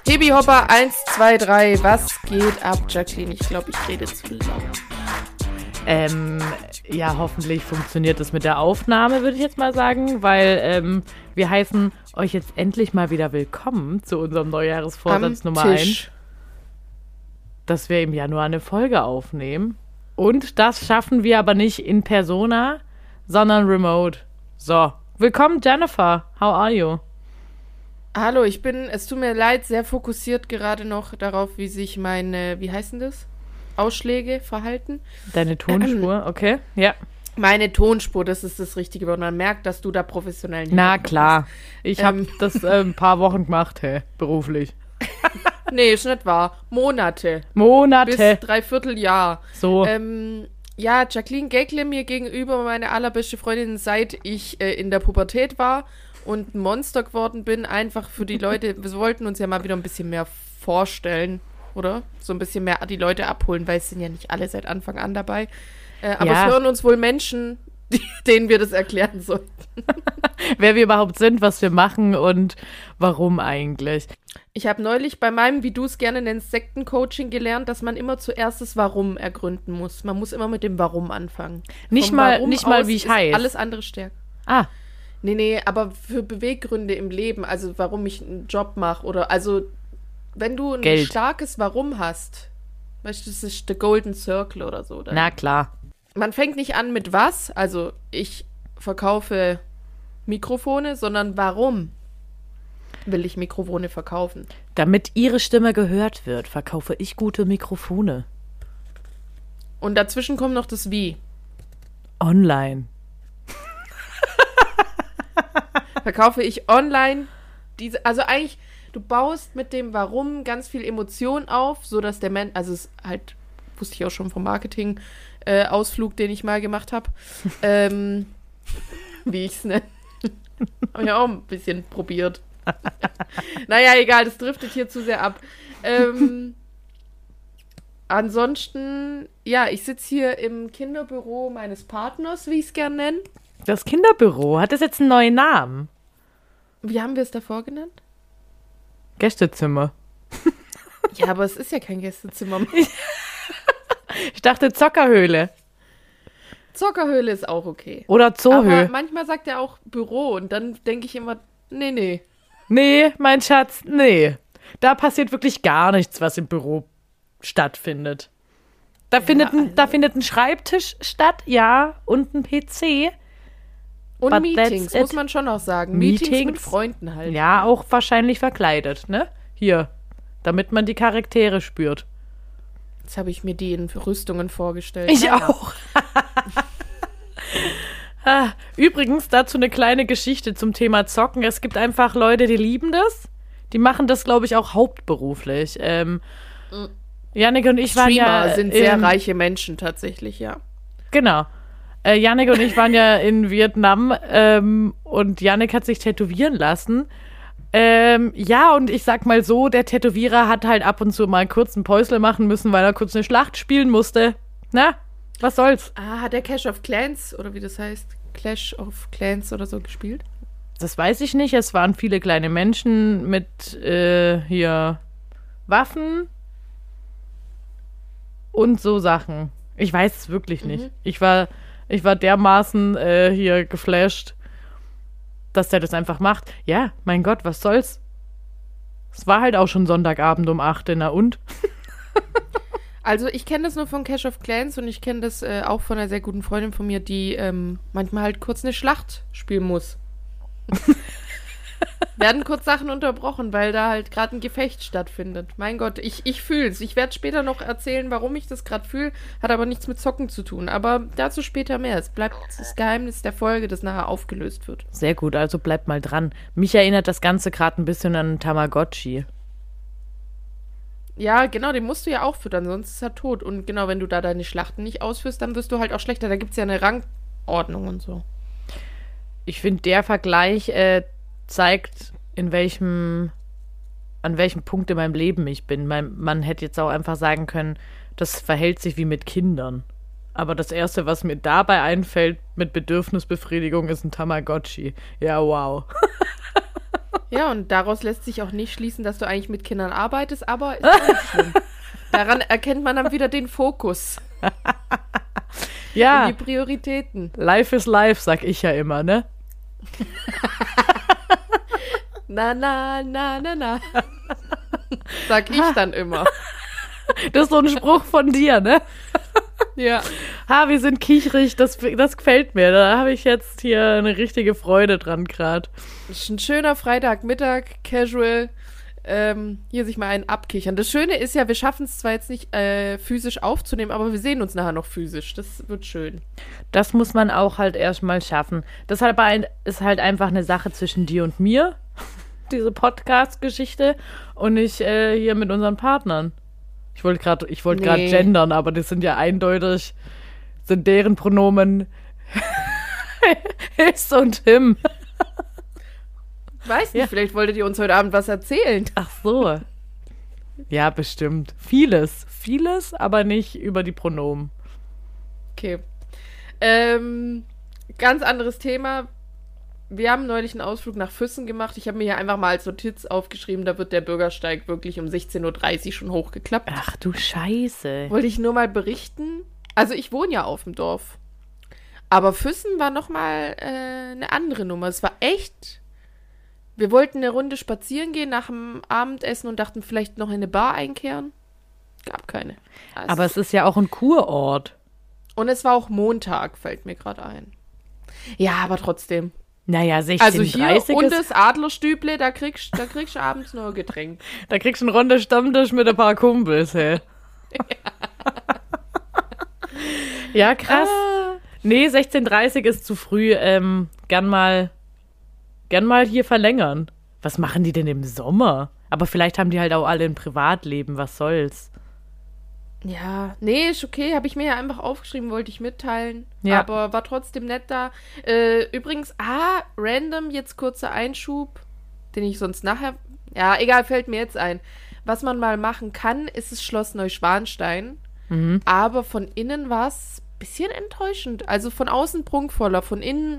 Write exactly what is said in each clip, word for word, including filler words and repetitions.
Hibi Hopper, eins, zwei, drei, was geht ab, Jacqueline? Ich glaube, ich rede zu laut. Ähm, ja, hoffentlich funktioniert das mit der Aufnahme, würde ich jetzt mal sagen, weil ähm, wir heißen euch jetzt endlich mal wieder willkommen zu unserem Neujahresvorsatz Nummer eins, dass wir im Januar eine Folge aufnehmen. Und das schaffen wir aber nicht in Persona, sondern remote. So, willkommen Jennifer, how are you? Hallo, ich bin, es tut mir leid, sehr fokussiert gerade noch darauf, wie sich meine, wie heißen das? Ausschläge verhalten. Deine Tonspur, ähm, okay, ja. Meine Tonspur, das ist das richtige Wort. Man merkt, dass du da professionell nicht Na klar, hast. ich ähm, habe das äh, ein paar Wochen gemacht, hey, beruflich. Nee, ist nicht wahr. Monate. Monate. Bis dreiviertel Jahr. So. Ähm, ja, Jacqueline Geckle mir gegenüber, meine allerbeste Freundin, seit ich äh, in der Pubertät war und ein Monster geworden bin. Einfach für die Leute, wir wollten uns ja mal wieder ein bisschen mehr vorstellen, oder? So ein bisschen mehr die Leute abholen, weil es sind ja nicht alle seit Anfang an dabei. Äh, aber ja. Es hören uns wohl Menschen, die, denen wir das erklären sollten. Wer wir überhaupt sind, was wir machen und warum eigentlich. Ich habe neulich bei meinem, wie du es gerne nennst, Sektencoaching gelernt, dass man immer zuerst das Warum ergründen muss. Man muss immer mit dem Warum anfangen. Nicht Vom mal, Warum nicht mal aus wie ich ist heiße. Alles andere stärker. Ah. Nee, nee, aber für Beweggründe im Leben, also warum ich einen Job mache oder, also wenn du ein Geld. starkes Warum hast, weißt du, das ist der Golden Circle oder so. Dann. Na klar. Man fängt nicht an mit was, also ich verkaufe Mikrofone, sondern warum will ich Mikrofone verkaufen? Damit ihre Stimme gehört wird, verkaufe ich gute Mikrofone. Und dazwischen kommt noch das Wie. Online. Verkaufe ich online diese, also eigentlich, du baust mit dem Warum ganz viel Emotion auf, sodass der Mensch, also es halt, wusste ich auch schon vom Marketing-Ausflug, äh, den ich mal gemacht habe, ähm, wie ich es nenne. Habe ich auch ein bisschen probiert. Naja, egal, das driftet hier zu sehr ab. Ähm, ansonsten, ja, ich sitze hier im Kinderbüro meines Partners, wie ich es gern nenne. Das Kinderbüro, hat das jetzt einen neuen Namen? Wie haben wir es davor genannt? Gästezimmer. Ja, aber es ist ja kein Gästezimmer mehr. Ich dachte Zockerhöhle. Zockerhöhle ist auch okay. Oder Zoohöhle. Aber manchmal sagt er auch Büro und dann denke ich immer, nee, nee. Nee, mein Schatz, nee. Da passiert wirklich gar nichts, was im Büro stattfindet. Da, ja, findet, ein, also. da findet ein Schreibtisch statt, ja, und ein P C. Und But Meetings, muss man schon auch sagen. Meetings, Meetings mit Freunden halt. Ja, auch wahrscheinlich verkleidet, ne? Hier, damit man die Charaktere spürt. Jetzt habe ich mir die in Rüstungen vorgestellt. Ich naja. auch. ah, übrigens, dazu eine kleine Geschichte zum Thema Zocken. Es gibt einfach Leute, die lieben das. Die machen das, glaube ich, auch hauptberuflich. Ähm, mhm. Jannik und ich waren Streamer ja... sind sehr ähm, reiche Menschen tatsächlich, ja. Genau. Äh, Jannik und ich waren ja in Vietnam ähm, und Jannik hat sich tätowieren lassen. Ähm, ja, und ich sag mal so, der Tätowierer hat halt ab und zu mal kurz ein Päusle machen müssen, weil er kurz eine Schlacht spielen musste. Na, was soll's? Ah, hat der Clash of Clans, oder wie das heißt, Clash of Clans oder so gespielt? Das weiß ich nicht. Es waren viele kleine Menschen mit äh, hier Waffen und so Sachen. Ich weiß es wirklich nicht. Mhm. Ich war, ich war dermaßen äh, hier geflasht, dass der das einfach macht. Ja, mein Gott, was soll's? Es war halt auch schon Sonntagabend um acht, na und? Also ich kenne das nur von Clash of Clans und ich kenne das äh, auch von einer sehr guten Freundin von mir, die ähm, manchmal halt kurz eine Schlacht spielen muss. Werden kurz Sachen unterbrochen, weil da halt gerade ein Gefecht stattfindet. Mein Gott, ich, ich fühle es. Ich werde später noch erzählen, warum ich das gerade fühle, hat aber nichts mit Zocken zu tun. Aber dazu später mehr. Es bleibt das Geheimnis der Folge, das nachher aufgelöst wird. Sehr gut, also bleibt mal dran. Mich erinnert das Ganze gerade ein bisschen an Tamagotchi. Ja, genau, den musst du ja auch füttern, sonst ist er tot. Und genau, wenn du da deine Schlachten nicht ausführst, dann wirst du halt auch schlechter. Da gibt es ja eine Rangordnung und so. Ich finde, der Vergleich äh, zeigt, in welchem, an welchem Punkt in meinem Leben ich bin. Man, man hätte jetzt auch einfach sagen können, das verhält sich wie mit Kindern. Aber das Erste, was mir dabei einfällt mit Bedürfnisbefriedigung, ist ein Tamagotchi. Ja, wow. Ja, und daraus lässt sich auch nicht schließen, dass du eigentlich mit Kindern arbeitest, aber ist auch nicht schlimm. Daran erkennt man dann wieder den Fokus. Ja. Und die Prioritäten. Life is life, sag ich ja immer, ne? Na, na, na, na, na. Sag ich dann immer. Das ist so ein Spruch von dir, ne? Ja. Ha, wir sind kichrig, das, das gefällt mir. Da habe ich jetzt hier eine richtige Freude dran gerade. Ist ein schöner Freitagmittag, casual, ähm, hier sich mal einen abkichern. Das Schöne ist ja, wir schaffen es zwar jetzt nicht äh, physisch aufzunehmen, aber wir sehen uns nachher noch physisch. Das wird schön. Das muss man auch halt erstmal schaffen. Das halt ein, ist halt einfach eine Sache zwischen dir und mir, diese Podcast-Geschichte, und nicht äh, hier mit unseren Partnern. Ich wollte gerade ich wollte gerade Nee. gendern, aber das sind ja eindeutig, sind deren Pronomen his und him. Weiß nicht, Ja. vielleicht wolltet ihr uns heute Abend was erzählen. Ach so. Ja, bestimmt. Vieles. Vieles, aber nicht über die Pronomen. Okay. Ähm, ganz anderes Thema. Wir haben neulich einen Ausflug nach Füssen gemacht. Ich habe mir hier einfach mal als Notiz aufgeschrieben, da wird der Bürgersteig wirklich um sechzehn Uhr dreißig schon hochgeklappt. Ach du Scheiße. Wollte ich nur mal berichten. Also ich wohne ja auf dem Dorf. Aber Füssen war nochmal äh, eine andere Nummer. Es war echt... Wir wollten eine Runde spazieren gehen nach dem Abendessen und dachten vielleicht noch in eine Bar einkehren. Gab keine. Also, Aber es ist ja auch ein Kurort. und es war auch Montag, fällt mir gerade ein. Ja, aber trotzdem. Naja, sechzehn Also hier dreißig und ist, das Adlerstüble, da kriegst, da kriegst du abends nur ein Getränk. da kriegst du einen Runde Stammtisch mit ein paar Kumpels, hey. Ja, krass. Ah, Nee, sechzehn dreißig ist zu früh. Ähm, gern mal, gern mal hier verlängern. Was machen die denn im Sommer? Aber vielleicht haben die halt auch alle ein Privatleben, was soll's. ja, nee, ist okay, habe ich mir ja einfach aufgeschrieben, wollte ich mitteilen. Ja. Aber war trotzdem nett da. Äh, übrigens, ah, random, jetzt kurzer Einschub, den ich sonst nachher, ja, egal, fällt mir jetzt ein. Was man mal machen kann, ist das Schloss Neuschwanstein. Mhm. Aber von innen war es ein bisschen enttäuschend. Also von außen prunkvoller, von innen,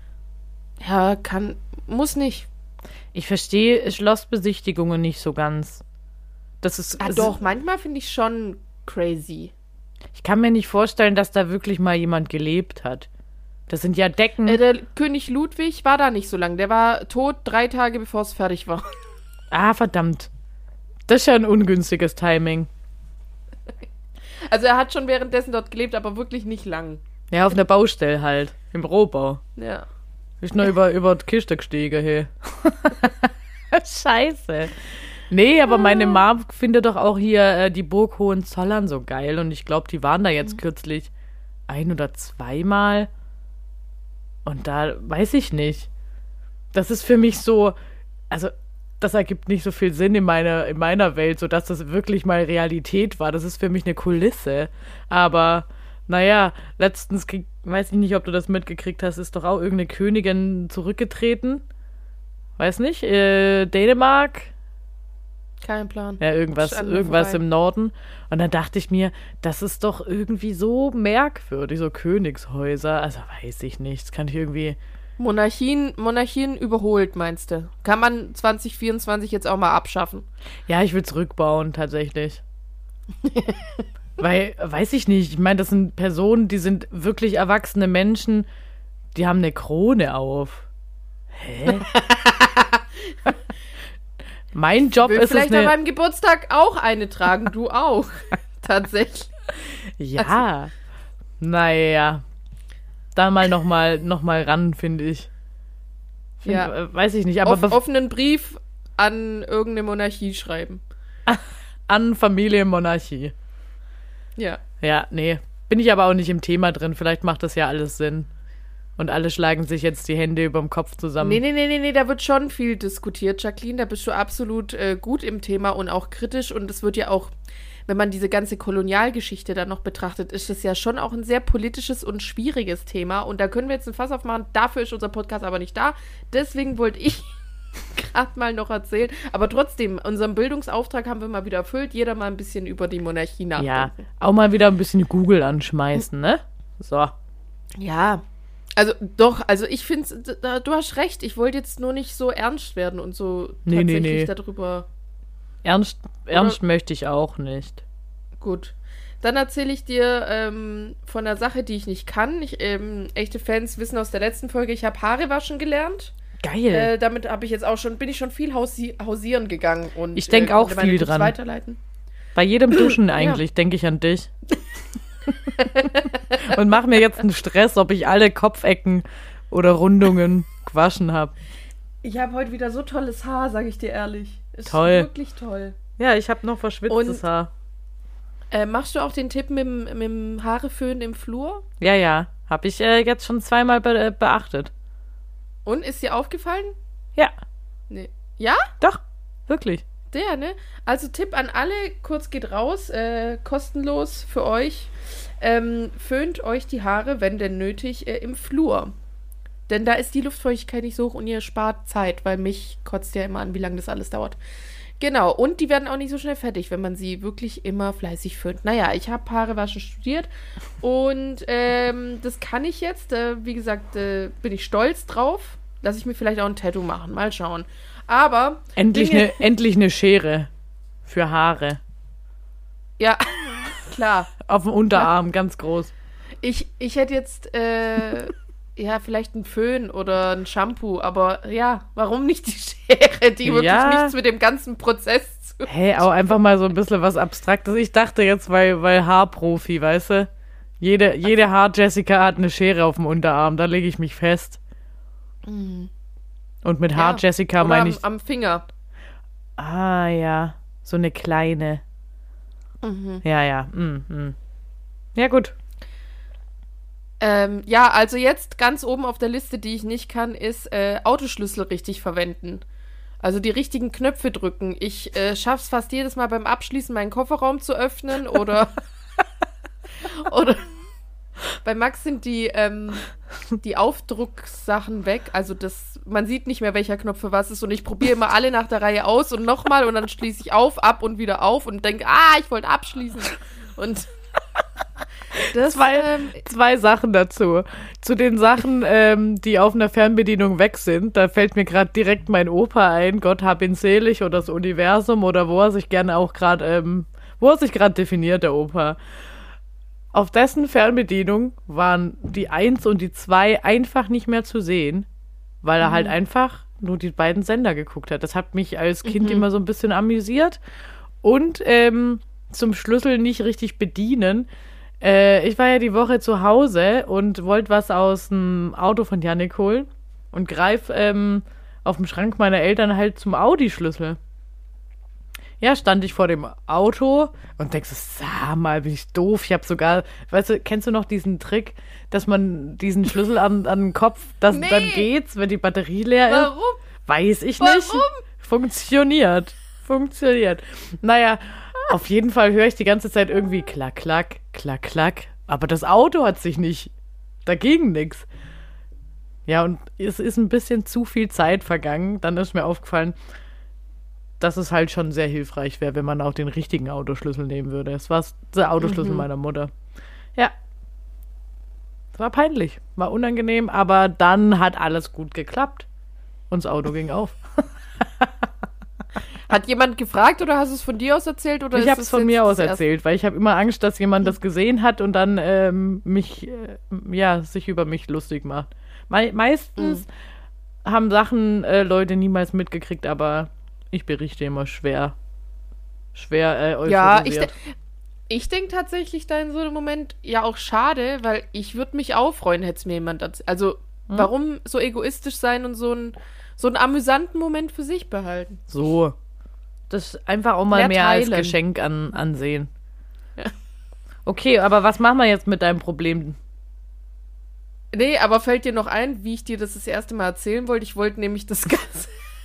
ja, kann, muss nicht. Ich verstehe Schlossbesichtigungen nicht so ganz. Das ist, Ah, es- doch, manchmal finde ich schon crazy. Ich kann mir nicht vorstellen, dass da wirklich mal jemand gelebt hat. Das sind ja Decken. Äh, der König Ludwig war da nicht so lang. Der war tot drei Tage, bevor es fertig war. Ah, verdammt. Das ist ja ein ungünstiges Timing. Also er hat schon währenddessen dort gelebt, aber wirklich nicht lang. Ja, auf einer Baustelle halt. Im Rohbau. Ja. Ich nur über, über die Kiste gestiegen, hey. Scheiße. Nee, aber meine Mom findet doch auch hier äh, die Burg Hohenzollern so geil. Und ich glaube, die waren da jetzt kürzlich ein- oder zweimal. Und da weiß ich nicht. Das ist für mich so, also das ergibt nicht so viel Sinn in meiner, in meiner Welt, sodass das wirklich mal Realität war. Das ist für mich eine Kulisse. Aber naja, letztens, krieg, weiß ich nicht, ob du das mitgekriegt hast, ist doch auch irgendeine Königin zurückgetreten. Weiß nicht, äh, Dänemark? Kein Plan. Ja, irgendwas, Stand mir irgendwas vorbei. im Norden. Und dann dachte ich mir, das ist doch irgendwie so merkwürdig, so Königshäuser. Also weiß ich nicht, das kann ich irgendwie... Monarchien, Monarchien überholt, meinst du? Kann man zwanzig vierundzwanzig jetzt auch mal abschaffen? Ja, ich will zurückbauen, tatsächlich. Weil, weiß ich nicht, ich meine, das sind Personen, die sind wirklich erwachsene Menschen, die haben eine Krone auf. Hä? Mein Job Will ist es vielleicht an eine... meinem Geburtstag auch eine tragen, du auch. Tatsächlich. Ja, naja. Da mal noch mal, noch mal ran, finde ich. Find, Ja. äh, Weiß ich nicht, aber Auf, bef- offenen Brief an irgendeine Monarchie schreiben. an Familienmonarchie. Ja. Ja, nee. Bin ich aber auch nicht im Thema drin. Vielleicht macht das ja alles Sinn. Und alle schlagen sich jetzt die Hände überm Kopf zusammen. Nee, nee, nee, nee, nee, da wird schon viel diskutiert, Jacqueline. Da bist du absolut äh, gut im Thema und auch kritisch. Und es wird ja auch, wenn man diese ganze Kolonialgeschichte dann noch betrachtet, ist es ja schon auch ein sehr politisches und schwieriges Thema. Und da können wir jetzt ein Fass aufmachen. Dafür ist unser Podcast aber nicht da. Deswegen wollte ich gerade mal noch erzählen. Aber trotzdem, unseren Bildungsauftrag haben wir mal wieder erfüllt. Jeder mal ein bisschen über die Monarchie nachdenken. Ja, auch mal wieder ein bisschen Google anschmeißen, ne? So. Ja. Also doch, also ich finde, du hast recht, ich wollte jetzt nur nicht so ernst werden und so nee, tatsächlich nee, nee. darüber. Ernst, ernst möchte ich auch nicht. Gut. Dann erzähle ich dir ähm, von einer Sache, die ich nicht kann. Ich, ähm, echte Fans wissen aus der letzten Folge, ich habe Haare waschen gelernt. Geil. Äh, damit habe ich jetzt auch schon, bin ich schon viel hausi- hausieren gegangen und ich denke äh, auch meine viel Tipps dran. Weiterleiten. Bei jedem Duschen eigentlich, ja. denke ich an dich. Und mach mir jetzt einen Stress, ob ich alle Kopfecken oder Rundungen gewaschen habe. Ich habe heute wieder so tolles Haar, sage ich dir ehrlich. Ist toll. Wirklich toll. Ja, ich habe noch verschwitztes und, Haar. Äh, machst du auch den Tipp mit, mit dem Haareföhn im Flur? Ja, ja. Habe ich äh, jetzt schon zweimal be- beachtet. Und, ist dir aufgefallen? Ja. Nee. Ja? Doch, wirklich. Der, ne? Also Tipp an alle, kurz geht raus, äh, kostenlos für euch. Ähm, föhnt euch die Haare, wenn denn nötig, äh, im Flur. Denn da ist die Luftfeuchtigkeit nicht so hoch und ihr spart Zeit, weil mich kotzt ja immer an, wie lange das alles dauert. Genau, und die werden auch nicht so schnell fertig, wenn man sie wirklich immer fleißig föhnt. Naja, ich habe Haarewaschen studiert und ähm, das kann ich jetzt. Äh, wie gesagt, äh, bin ich stolz drauf. Lass ich mir vielleicht auch ein Tattoo machen. Mal schauen. Aber endlich eine endlich eine Schere für Haare. Ja, klar. Auf dem Unterarm, ja. Ganz groß. Ich, ich hätte jetzt, äh, ja, vielleicht einen Föhn oder ein Shampoo, aber ja, warum nicht die Schere, die wirklich ja. nichts mit dem ganzen Prozess zu tun hat? Hey, auch einfach mal so ein bisschen was Abstraktes. Ich dachte jetzt, weil, weil Haarprofi, weißt du? Jede, jede Haar-Jessica hat eine Schere auf dem Unterarm, da lege ich mich fest. Mhm. Und mit Haar-Jessica ja, meine ich... am Finger. Ah, ja. So eine kleine. Mhm. Ja, ja. Mm, mm. Ja, gut. Ähm, ja, also jetzt ganz oben auf der Liste, die ich nicht kann, ist äh, Autoschlüssel richtig verwenden. Also die richtigen Knöpfe drücken. Ich äh, schaff's fast jedes Mal beim Abschließen, meinen Kofferraum zu öffnen oder... oder... Bei Max sind die, ähm, die Aufdrucksachen weg. Also das, man sieht nicht mehr, welcher Knopf für was ist. Und ich probiere immer alle nach der Reihe aus und nochmal. Und dann schließe ich auf, ab und wieder auf und denke, ah, ich wollte abschließen. Und das, zwei, ähm, zwei Sachen dazu. Zu den Sachen, ähm, die auf einer Fernbedienung weg sind, da fällt mir gerade direkt mein Opa ein, Gott hab ihn selig, oder das Universum, oder wo er sich gerne auch gerade, ähm, wo er sich gerade definiert, der Opa. Auf dessen Fernbedienung waren die eins und die zwei einfach nicht mehr zu sehen, weil er mhm. halt einfach nur die beiden Sender geguckt hat. Das hat mich als Kind mhm. immer so ein bisschen amüsiert. Und ähm, zum Schlüssel nicht richtig bedienen. Äh, ich war ja die Woche zu Hause und wollte was aus dem Auto von Jannik holen und greif ähm, auf dem Schrank meiner Eltern halt zum Audi-Schlüssel. Ja, stand ich vor dem Auto und denkst, sag mal, bin ich doof. Ich habe sogar, weißt du, kennst du noch diesen Trick, dass man diesen Schlüssel an, an den Kopf, das, nee. dann geht's, wenn die Batterie leer Warum? ist? Weiß ich Warum? nicht. Funktioniert. Funktioniert. Naja, auf jeden Fall höre ich die ganze Zeit irgendwie klack, klack, klack, klack. Aber das Auto hat sich nicht, dagegen nix. Ja, und es ist ein bisschen zu viel Zeit vergangen. Dann ist mir aufgefallen, dass es halt schon sehr hilfreich wäre, wenn man auch den richtigen Autoschlüssel nehmen würde. Es war der Autoschlüssel mhm. meiner Mutter. Ja. Es war peinlich, war unangenehm, aber dann hat alles gut geklappt. Und das Auto ging auf. Hat jemand gefragt oder hast du es von dir aus erzählt? Oder ich habe es von mir aus erzählt, erst? weil ich habe immer Angst, dass jemand das gesehen hat und dann ähm, mich, äh, ja, sich über mich lustig macht. Me- meistens mhm. haben Sachen äh, Leute niemals mitgekriegt, aber ich berichte immer schwer, schwer äh, euphorisiert. Ja, ich, de- ich denke tatsächlich da in so einem Moment, ja auch schade, weil ich würde mich auch freuen, hätte es mir jemand erzählt. Also, hm? warum so egoistisch sein und so, ein, so einen amüsanten Moment für sich behalten? So. Das einfach auch mal mehr, mehr als Geschenk an, ansehen. Ja. Okay, aber was machen wir jetzt mit deinem Problem? Nee, aber fällt dir noch ein, wie ich dir das das erste Mal erzählen wollte? Ich wollte nämlich das Ganze...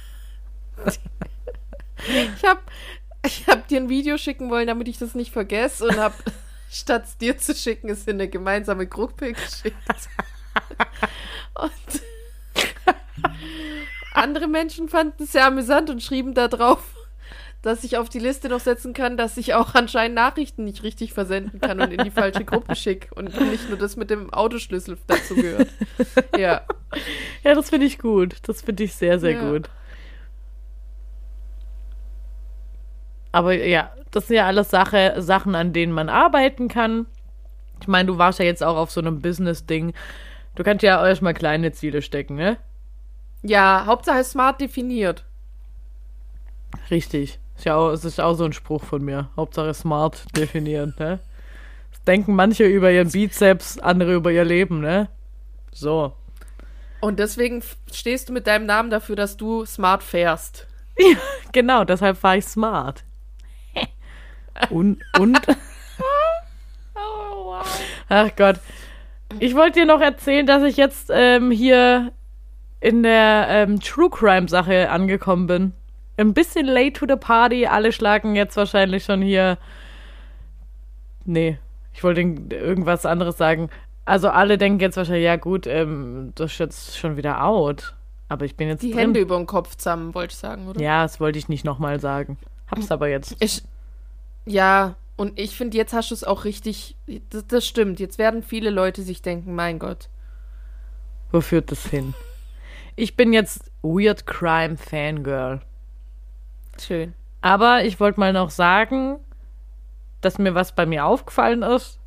Ich hab, ich hab dir ein Video schicken wollen, damit ich das nicht vergesse und hab, statt es dir zu schicken, es in eine gemeinsame Gruppe geschickt. Und andere Menschen fanden es sehr amüsant und schrieben da drauf, dass ich auf die Liste noch setzen kann, dass ich auch anscheinend Nachrichten nicht richtig versenden kann und in die falsche Gruppe schicke und nicht nur das mit dem Autoschlüssel dazu gehört. Ja. Ja, das finde ich gut. Das finde ich sehr, sehr ja. gut. Aber ja, das sind ja alles Sache, Sachen, an denen man arbeiten kann. Ich meine, du warst ja jetzt auch auf so einem Business-Ding. Du kannst ja erstmal kleine Ziele stecken, ne? Ja, Hauptsache smart definiert. Richtig. Ist ja auch, es ist auch so ein Spruch von mir. Hauptsache smart definiert, ne? Das denken manche über ihren Bizeps, andere über ihr Leben, ne? So. Und deswegen stehst du mit deinem Namen dafür, dass du smart fährst. Ja, genau, deshalb fahre ich smart. Und, und? Oh, wow. Ach Gott. Ich wollte dir noch erzählen, dass ich jetzt ähm, hier in der ähm, True Crime Sache angekommen bin. Ein bisschen late to the party. Alle schlagen jetzt wahrscheinlich schon hier. Nee, ich wollte irgendwas anderes sagen. Also alle denken jetzt wahrscheinlich, ja gut, ähm, das ist jetzt schon wieder out. Aber ich bin jetzt Die drin. Hände über den Kopf zusammen, wollte ich sagen, oder? Ja, das wollte ich nicht nochmal sagen. Hab's aber jetzt. Ich, ja, und ich finde, jetzt hast du es auch richtig, das, das stimmt. Jetzt werden viele Leute sich denken, mein Gott. Wo führt das hin? Ich bin jetzt Weird Crime Fangirl. Schön. Aber ich wollte mal noch sagen, dass mir was bei mir aufgefallen ist.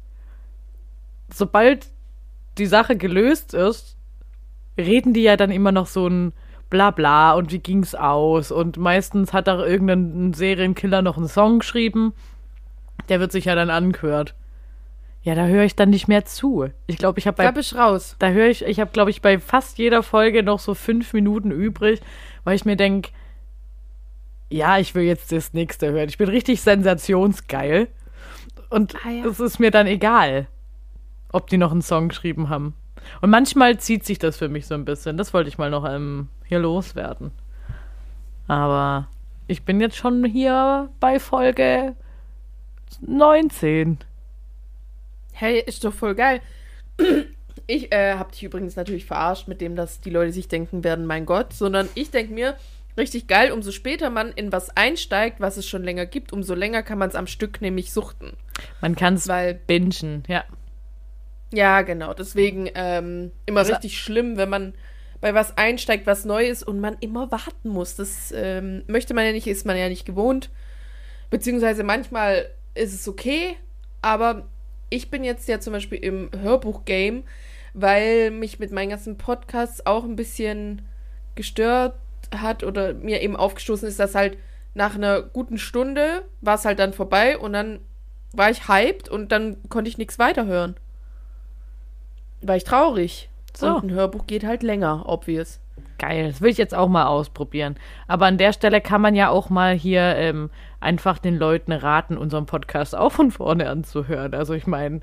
Sobald die Sache gelöst ist, reden die ja dann immer noch so ein Blabla und wie ging's aus? Und meistens hat auch irgendein Serienkiller noch einen Song geschrieben. Der wird sich ja dann angehört. Ja, da höre ich dann nicht mehr zu. Ich glaube, ich habe bei... Da bist raus. Da höre ich, ich habe, glaube ich, bei fast jeder Folge noch so fünf Minuten übrig, weil ich mir denke, ja, ich will jetzt das nächste hören. Ich bin richtig sensationsgeil. Und ah, ja. Es ist mir dann egal, ob die noch einen Song geschrieben haben. Und manchmal zieht sich das für mich so ein bisschen. Das wollte ich mal noch ähm, hier loswerden. Aber ich bin jetzt schon hier bei Folge neunzehn. Hey, ist doch voll geil. Ich äh, hab dich übrigens natürlich verarscht mit dem, dass die Leute sich denken werden, mein Gott. Sondern ich denke mir, richtig geil, umso später man in was einsteigt, was es schon länger gibt, umso länger kann man es am Stück nämlich suchten. Man kann es bingen, ja. Ja, genau. Deswegen ähm, immer also, richtig schlimm, wenn man bei was einsteigt, was neu ist und man immer warten muss. Das ähm, möchte man ja nicht, ist man ja nicht gewohnt. Beziehungsweise manchmal ist es okay, aber ich bin jetzt ja zum Beispiel im Hörbuch-Game, weil mich mit meinen ganzen Podcasts auch ein bisschen gestört hat oder mir eben aufgestoßen ist, dass halt nach einer guten Stunde war es halt dann vorbei und dann war ich hyped und dann konnte ich nichts weiterhören. War ich traurig. So. Und ein Hörbuch geht halt länger, obvious. Geil, das will ich jetzt auch mal ausprobieren. Aber an der Stelle kann man ja auch mal hier ähm, einfach den Leuten raten, unseren Podcast auch von vorne anzuhören. Also ich meine,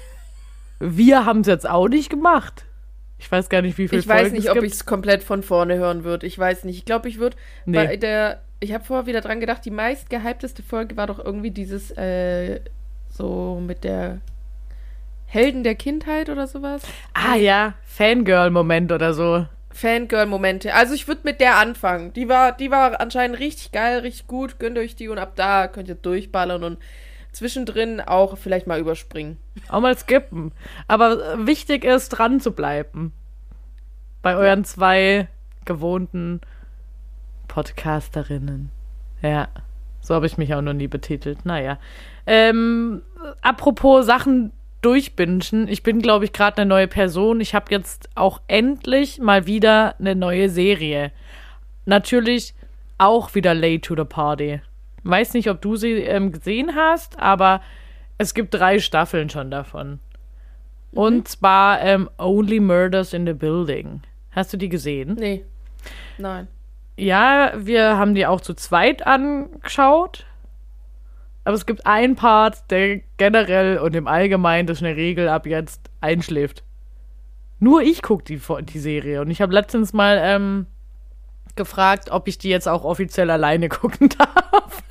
wir haben es jetzt auch nicht gemacht. Ich weiß gar nicht, wie viel Ich weiß nicht, ob ich es komplett von vorne hören würde. Ich weiß nicht. Ich glaube, ich würde nee. bei der, ich habe vorher wieder dran gedacht, die meist gehypteste Folge war doch irgendwie dieses, äh, so mit der Helden der Kindheit oder sowas. Ah ja, Fangirl-Moment oder so. Fangirl-Momente. Also ich würde mit der anfangen. Die war, die war anscheinend richtig geil, richtig gut. Gönnt euch die und ab da könnt ihr durchballern und zwischendrin auch vielleicht mal überspringen. Auch mal skippen. Aber wichtig ist, dran zu bleiben. Bei euren zwei gewohnten Podcasterinnen. Ja, so habe ich mich auch noch nie betitelt. Naja. Ähm, apropos Sachen durchbingen. Ich bin, glaube ich, gerade eine neue Person. Ich habe jetzt auch endlich mal wieder eine neue Serie. Natürlich auch wieder late to the party. Weiß nicht, ob du sie ähm, gesehen hast, aber es gibt drei Staffeln schon davon. Mhm. Und zwar ähm, Only Murders in the Building. Hast du die gesehen? Nee. Nein. Ja, wir haben die auch zu zweit angeschaut. Aber es gibt einen Part, der generell und im Allgemeinen, das ist eine Regel, ab jetzt einschläft. Nur ich gucke die, die Serie. Und ich habe letztens mal ähm, gefragt, ob ich die jetzt auch offiziell alleine gucken darf.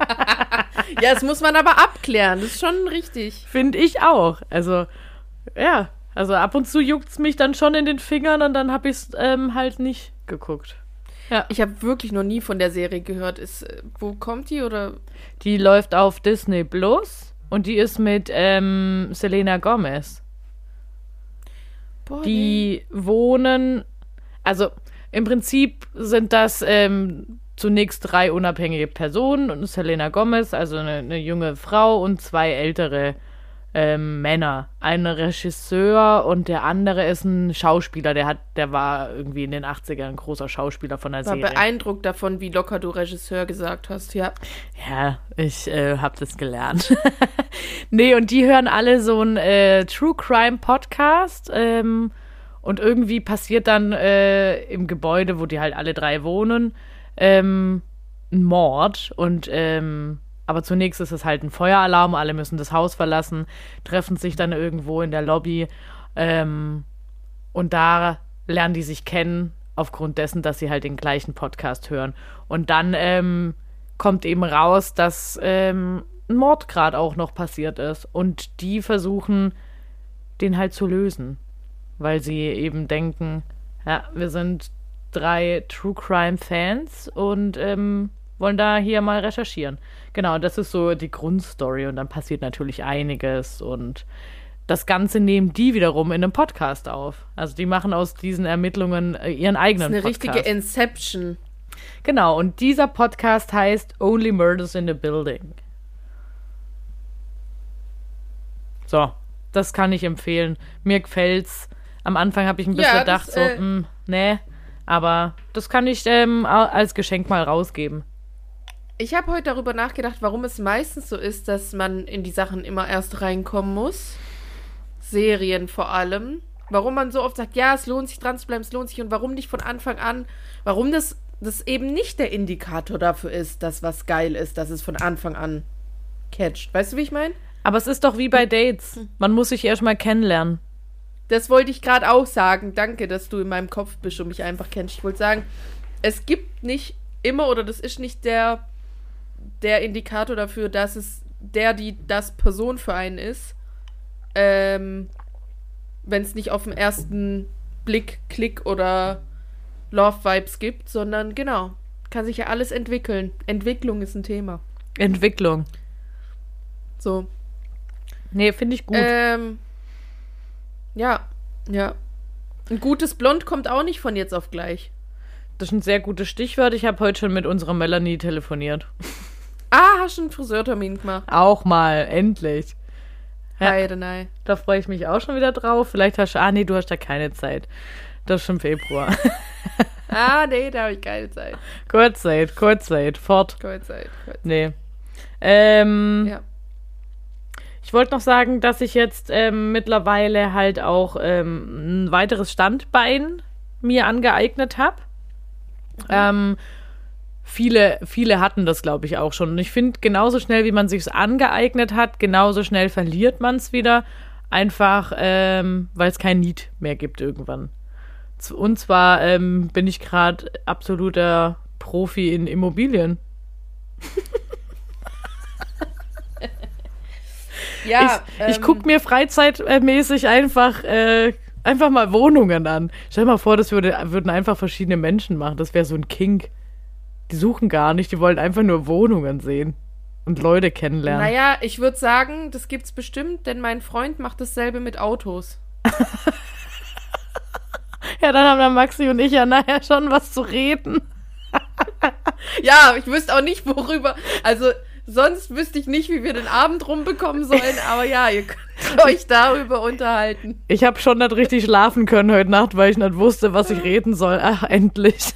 Ja, das muss man aber abklären. Das ist schon richtig. Finde ich auch. Also, ja. Also ab und zu juckt es mich dann schon in den Fingern und dann habe ich es ähm, halt nicht geguckt. Ja. Ich habe wirklich noch nie von der Serie gehört. Ist, wo kommt die, oder? Die läuft auf Disney Plus und die ist mit ähm, Selena Gomez. Boah, die nee. wohnen, also im Prinzip sind das ähm, zunächst drei unabhängige Personen und Selena Gomez, also eine, eine junge Frau und zwei ältere ähm, Männer. Ein Regisseur und der andere ist ein Schauspieler, der hat, der war irgendwie in den achtzigern ein großer Schauspieler von der war Serie. War beeindruckt davon, wie locker du Regisseur gesagt hast, ja. Ja, ich äh, hab das gelernt. Nee, und die hören alle so einen äh, True Crime Podcast ähm, und irgendwie passiert dann äh, im Gebäude, wo die halt alle drei wohnen, ähm, ein Mord und ähm, aber zunächst ist es halt ein Feueralarm, alle müssen das Haus verlassen, treffen sich dann irgendwo in der Lobby ähm, und da lernen die sich kennen, aufgrund dessen, dass sie halt den gleichen Podcast hören. Und dann ähm, kommt eben raus, dass ähm, ein Mord gerade auch noch passiert ist und die versuchen, den halt zu lösen, weil sie eben denken, ja, wir sind drei True-Crime-Fans und ähm, wollen da hier mal recherchieren. Genau, das ist so die Grundstory und dann passiert natürlich einiges und das Ganze nehmen die wiederum in einem Podcast auf. Also die machen aus diesen Ermittlungen ihren eigenen Podcast. Das ist eine richtige Inception. Genau, und dieser Podcast heißt Only Murders in the Building. So, das kann ich empfehlen. Mir gefällt's. Am Anfang habe ich ein bisschen ja, gedacht, das, so, äh, mh, nee, aber das kann ich ähm, als Geschenk mal rausgeben. Ich habe heute darüber nachgedacht, warum es meistens so ist, dass man in die Sachen immer erst reinkommen muss. Serien vor allem. Warum man so oft sagt, ja, es lohnt sich dran zu bleiben, es lohnt sich und warum nicht von Anfang an, warum das, das eben nicht der Indikator dafür ist, dass was geil ist, dass es von Anfang an catcht. Weißt du, wie ich meine? Aber es ist doch wie bei Dates. Man muss sich erst mal kennenlernen. Das wollte ich gerade auch sagen. Danke, dass du in meinem Kopf bist und mich einfach kennst. Ich wollte sagen, es gibt nicht immer, oder das ist nicht der, der Indikator dafür, dass es der, die, das Person für einen ist, ähm, wenn es nicht auf den ersten Blick, Klick oder Love-Vibes gibt, sondern genau, kann sich ja alles entwickeln. Entwicklung ist ein Thema. Entwicklung. So. Nee, finde ich gut. Ähm, ja, ja. Ein gutes Blond kommt auch nicht von jetzt auf gleich. Das ist ein sehr gutes Stichwort. Ich habe heute schon mit unserer Melanie telefoniert. Ah, hast du einen Friseurtermin gemacht? Auch mal, endlich. Ja, nein. Da freue ich mich auch schon wieder drauf. Vielleicht hast du, ah nee, du hast da keine Zeit. Das ist schon Februar. Ah, nee, da habe ich keine Zeit. Kurzzeit, Kurzzeit, fort. Kurzzeit, Kurzzeit. Nee. Ähm, ja. Ich wollte noch sagen, dass ich jetzt ähm, mittlerweile halt auch ähm, ein weiteres Standbein mir angeeignet habe. Mhm. Ähm, viele, viele hatten das, glaube ich, auch schon. Und ich finde, genauso schnell, wie man sich's angeeignet hat, genauso schnell verliert man es wieder. Einfach, ähm, weil es kein Need mehr gibt irgendwann. Und zwar ähm, bin ich gerade absoluter Profi in Immobilien. Ja, ich ähm, ich gucke mir freizeitmäßig einfach, äh, einfach mal Wohnungen an. Stell dir mal vor, das würde, würden einfach verschiedene Menschen machen. Das wäre so ein Kink. Die suchen gar nicht, die wollen einfach nur Wohnungen sehen und Leute kennenlernen. Naja, ich würde sagen, das gibt's bestimmt, denn mein Freund macht dasselbe mit Autos. Ja, dann haben dann Maxi und ich ja nachher schon was zu reden. Ja, ich wüsste auch nicht, worüber. Also, sonst wüsste ich nicht, wie wir den Abend rumbekommen sollen. Aber ja, ihr könnt euch darüber unterhalten. Ich habe schon nicht richtig schlafen können heute Nacht, weil ich nicht wusste, was ich reden soll. Ach, endlich.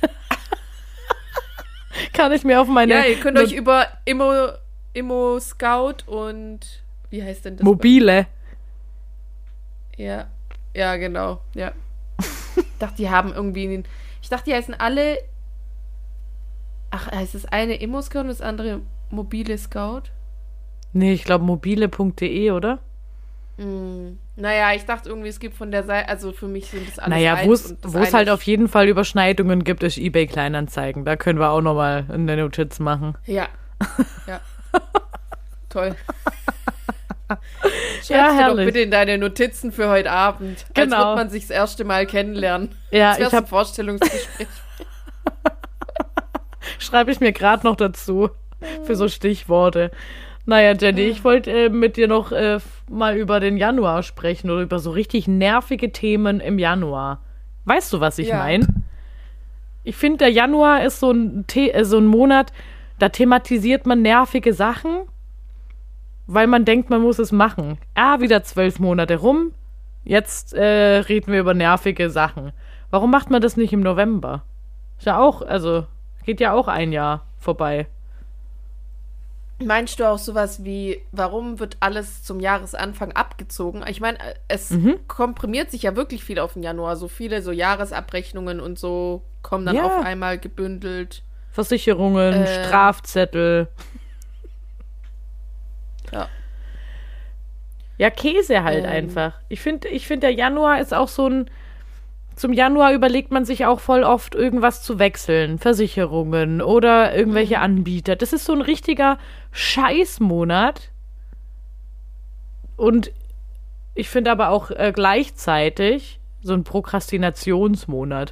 Kann ich mir auf meine... Ja, ihr könnt euch über Immo, Immo Scout und... Wie heißt denn das? Mobile. Ja, ja, genau, ja. Ich dachte, die haben irgendwie... Ich dachte, die heißen alle... Ach, heißt das eine Immo Scout und das andere Mobile Scout? Nee, ich glaube mobile punkt de, oder? Mm. Naja, ich dachte irgendwie, es gibt von der Seite, also für mich sind das alles Naja, wo es halt auf jeden Fall Überschneidungen gibt, ist eBay Kleinanzeigen. Da können wir auch nochmal eine Notiz machen. Ja, ja. Toll. Schreibst Ja, du herrlich. doch bitte in deine Notizen für heute Abend. Genau. Als wird man sich das erste Mal kennenlernen. Ja, Als wär's ich hab ein Vorstellungsgespräch. Schreibe ich mir gerade noch dazu für so Stichworte. Naja, Jenny, ich wollte äh, mit dir noch äh, mal über den Januar sprechen oder über so richtig nervige Themen im Januar. Weißt du, was ich Ja. meine? Ich finde, der Januar ist so ein, The- äh, so ein Monat, da thematisiert man nervige Sachen, weil man denkt, man muss es machen. Ah, wieder zwölf Monate rum, jetzt äh, reden wir über nervige Sachen. Warum macht man das nicht im November? Ist ja auch, also, geht ja auch ein Jahr vorbei. Meinst du auch sowas wie, warum wird alles zum Jahresanfang abgezogen? Ich meine, es Mhm. komprimiert sich ja wirklich viel auf den Januar. So viele so Jahresabrechnungen und so kommen dann Ja. auf einmal gebündelt. Versicherungen, Äh. Strafzettel. Ja. Ja, Käse halt Ähm. einfach. Ich finde, ich find, der Januar ist auch so ein. Zum Januar überlegt man sich auch voll oft, irgendwas zu wechseln. Versicherungen oder irgendwelche Anbieter. Das ist so ein richtiger Scheißmonat. Und ich finde aber auch äh, gleichzeitig so ein Prokrastinationsmonat.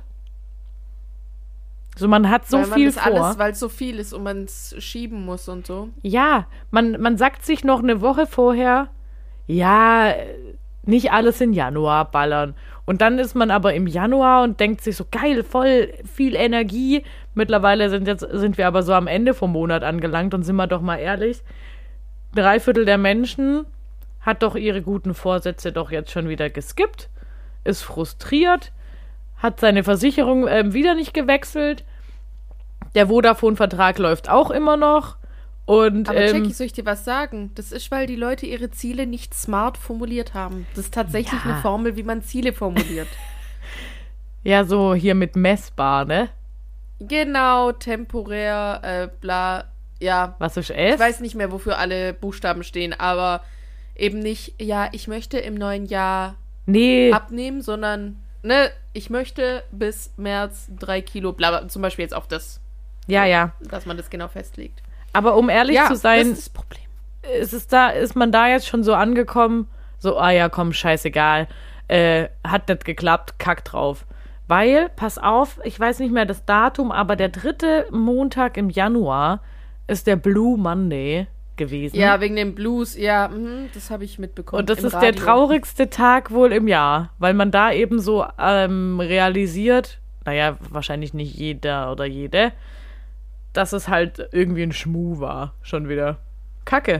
So, man hat so weil man viel das vor. alles, weil es so viel ist und man es schieben muss und so. Ja, man, man sagt sich noch eine Woche vorher, ja, nicht alles in Januar ballern. Und dann ist man aber im Januar und denkt sich so, geil, voll viel Energie. Mittlerweile sind, jetzt, sind wir aber so am Ende vom Monat angelangt und sind wir doch mal ehrlich, drei Viertel der Menschen hat doch ihre guten Vorsätze doch jetzt schon wieder geskippt, ist frustriert, hat seine Versicherung ähm, wieder nicht gewechselt. Der Vodafone-Vertrag läuft auch immer noch. Und, Aber ähm, Jackie, soll ich dir was sagen? Das ist, weil die Leute ihre Ziele nicht smart formuliert haben. Das ist tatsächlich Ja. eine Formel, wie man Ziele formuliert. ja, so hier mit messbar, ne? Genau, temporär, äh, bla. Ja, Was ist es? ich weiß nicht mehr, wofür alle Buchstaben stehen, aber eben nicht, ja, ich möchte im neuen Jahr Nee, abnehmen, sondern, ne, ich möchte bis März drei Kilo, bla, bla, zum Beispiel jetzt auf das, ja, ja. dass man das genau festlegt. Aber um ehrlich ja, zu sein, das ist das Problem. ist, es da, ist man da jetzt schon so angekommen, so, ah ja, komm, scheißegal, äh, hat nicht geklappt, kack drauf. Weil, pass auf, ich weiß nicht mehr das Datum, aber der dritte Montag im Januar ist der Blue Monday gewesen. Ja, wegen dem Blues, ja, mhm, das habe ich mitbekommen. Und das im ist der Radio. traurigste Tag wohl im Jahr, weil man da eben so ähm, realisiert, naja, wahrscheinlich nicht jeder oder jede, dass es halt irgendwie ein Schmuh war, schon wieder. Kacke.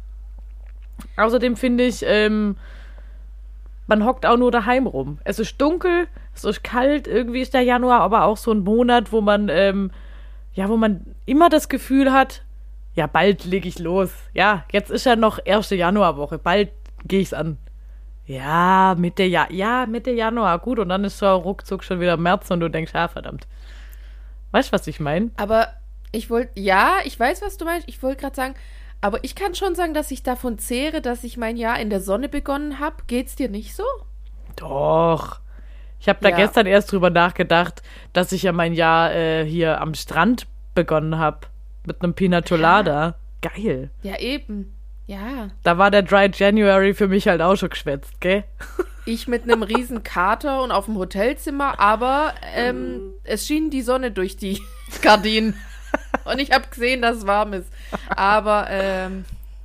Außerdem finde ich, ähm, man hockt auch nur daheim rum. Es ist dunkel, es ist kalt, irgendwie ist der Januar aber auch so ein Monat, wo man, ähm, ja, wo man immer das Gefühl hat, ja, bald leg ich los. Ja, jetzt ist ja noch erste Januarwoche, bald gehe ich's an. Ja, Mitte, ja, ja, Mitte Januar, gut, und dann ist so ruckzuck schon wieder März und du denkst, ja, verdammt. Weißt du, was ich meine? Aber ich wollte, ja, ich weiß, was du meinst. Ich wollte gerade sagen, aber ich kann schon sagen, dass ich davon zehre, dass ich mein Jahr in der Sonne begonnen habe. Geht's dir nicht so? Doch. Ich habe da Ja. gestern erst drüber nachgedacht, dass ich ja mein Jahr äh, hier am Strand begonnen habe. Mit einem Pina Colada. Geil. Ja, eben. Ja. Da war der Dry January für mich halt auch schon geschwätzt, gell? Ich mit einem riesen Kater und auf dem Hotelzimmer, aber ähm, es schien die Sonne durch die Gardinen. Und ich habe gesehen, dass es warm ist. Aber ähm,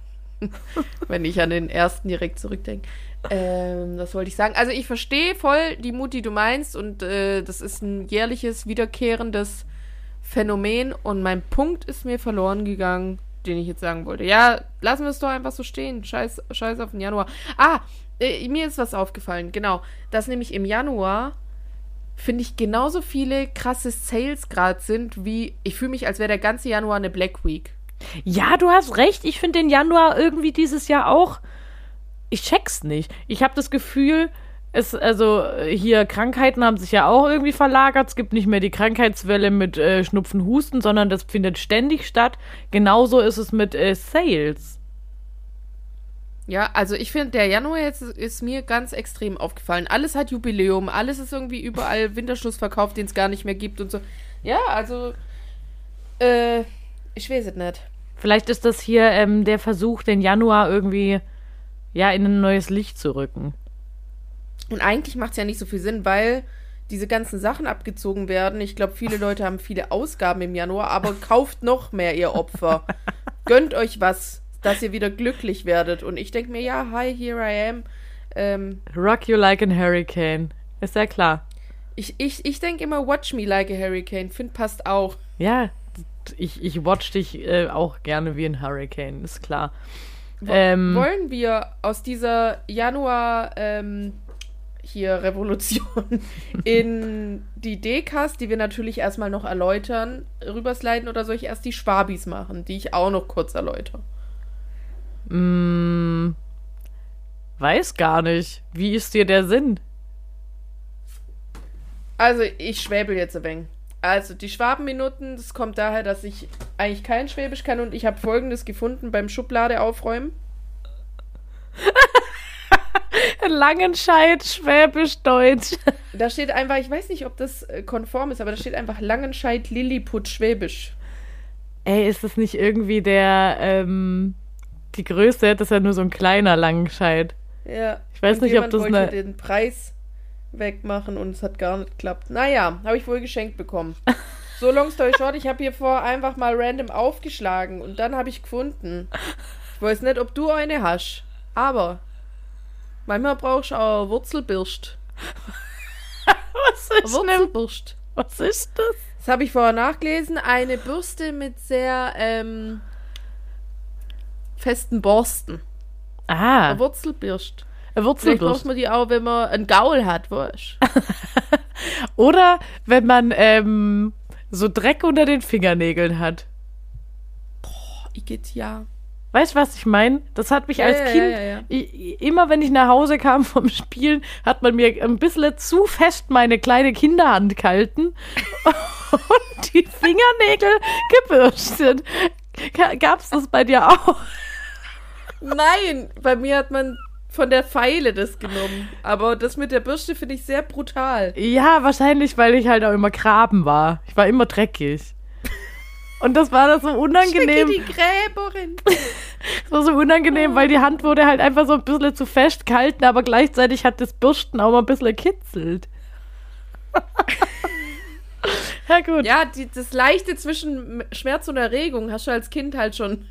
wenn ich an den ersten direkt zurückdenke, ähm, das wollte ich sagen. Also ich verstehe voll die Mut, die du meinst, und äh, das ist ein jährliches, wiederkehrendes Phänomen. Und mein Punkt ist mir verloren gegangen, den ich jetzt sagen wollte. Ja, lassen wir es doch einfach so stehen. Scheiß, scheiß auf den Januar. Ah, äh, mir ist was aufgefallen, genau. Dass nämlich im Januar, finde ich, genauso viele krasse Sales gerade sind, wie, ich fühle mich, als wäre der ganze Januar eine Black Week. Ja, du hast recht. Ich finde den Januar irgendwie dieses Jahr auch. Ich check's nicht. Ich habe das Gefühl, es, also hier Krankheiten haben sich ja auch irgendwie verlagert. Es gibt nicht mehr die Krankheitswelle mit äh, Schnupfen, Husten, sondern das findet ständig statt. Genauso ist es mit äh, Sales. Ja, also ich finde, der Januar jetzt ist mir ganz extrem aufgefallen. Alles hat Jubiläum, alles ist irgendwie überall Winterschlussverkauf, den es gar nicht mehr gibt und so. Ja, also, äh, ich weiß es nicht. Vielleicht ist das hier ähm, der Versuch, den Januar irgendwie ja in ein neues Licht zu rücken. Und eigentlich macht es ja nicht so viel Sinn, weil diese ganzen Sachen abgezogen werden. Ich glaube, viele Leute haben viele Ausgaben im Januar, aber kauft noch mehr, ihr Opfer. Gönnt euch was, dass ihr wieder glücklich werdet. Und ich denke mir, ja, hi, here I am. Ähm, Rock you like a hurricane. Ist ja klar. Ich, ich, ich denke immer, watch me like a hurricane. Find, passt auch. Ja, ich, ich watch dich äh, auch gerne wie ein Hurricane, ist klar. Wo, ähm, wollen wir aus dieser Januar ähm, hier Revolution in die Dekas, die wir natürlich erstmal noch erläutern, rübersliden, oder soll ich erst die Schwabis machen, die ich auch noch kurz erläutere? Mh, weiß gar nicht. Wie ist dir der Sinn? Also, ich schwäbel jetzt ein wenig. Also, die Schwabenminuten, das kommt daher, dass ich eigentlich kein Schwäbisch kann und ich habe Folgendes gefunden beim Schublade aufräumen. Langenscheid, Schwäbisch, Deutsch. Da steht einfach, ich weiß nicht, ob das äh, konform ist, aber da steht einfach Langenscheid, Lilliput, Schwäbisch. Ey, ist das nicht irgendwie der, ähm, die Größe? Das ist ja nur so ein kleiner Langenscheid. Ja. Ich weiß und nicht, ob das wollte eine... den Preis wegmachen und es hat gar nicht geklappt. Naja, habe ich wohl geschenkt bekommen. So, long story short, ich habe hier vor einfach mal random aufgeschlagen und dann habe ich gefunden. Ich weiß nicht, ob du eine hast, aber manchmal brauchst du auch Wurzelbürst. Was ist Wurzelbürst. Was ist das? Das habe ich vorher nachgelesen. Eine Bürste mit sehr ähm, festen Borsten. Ah. Eine Wurzelbürst. Eine Vielleicht Wurzelbürst. braucht man die auch, wenn man einen Gaul hat, weißt du? Oder wenn man ähm, so Dreck unter den Fingernägeln hat. Boah, ich geht ja. Weißt du, was ich meine? Das hat mich Ja, als ja, Kind, ja, ja, ja. Ich, immer wenn ich nach Hause kam vom Spielen, hat man mir ein bisschen zu fest meine kleine Kinderhand gehalten und die Fingernägel gebürstet. Gab's das bei dir auch? Nein, bei mir hat man von der Feile das genommen. Aber das mit der Bürste finde ich sehr brutal. Ja, wahrscheinlich, weil ich halt auch immer Graben war. Ich war immer dreckig. Und das war das so unangenehm. Schicke die Gräberin. Das war so unangenehm, weil die Hand wurde halt einfach so ein bisschen zu fest gehalten, aber gleichzeitig hat das Bürsten auch mal ein bisschen gekitzelt. Ja, gut. Ja, die, das Leichte zwischen Schmerz und Erregung hast du als Kind halt schon.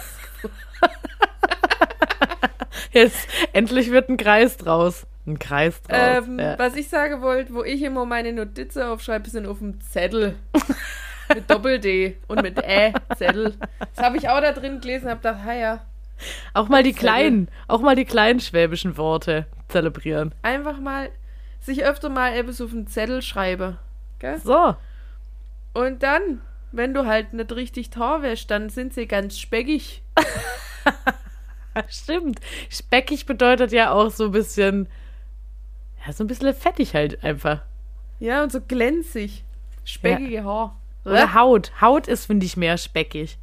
Jetzt, endlich wird ein Kreis draus. Ein Kreis draus. Ähm, ja. Was ich sagen wollte, wo ich immer meine Notizen aufschreibe, sind auf dem Zettel. Mit Doppel-D und mit Ä, Zettel. Das habe ich auch da drin gelesen und habe gedacht, ha ja. Auch mal die Zettel. kleinen, auch mal die kleinen schwäbischen Worte zelebrieren. Einfach mal, sich öfter mal etwas auf den Zettel schreiben. Gell? So. Und dann, wenn du halt nicht richtig Tor wäschst, dann sind sie ganz speckig. Stimmt. Speckig bedeutet ja auch so ein bisschen, ja, so ein bisschen fettig halt einfach. Ja, und so glänzig. Speckige ja. Haar. Oder Haut. Haut ist, finde ich, mehr speckig.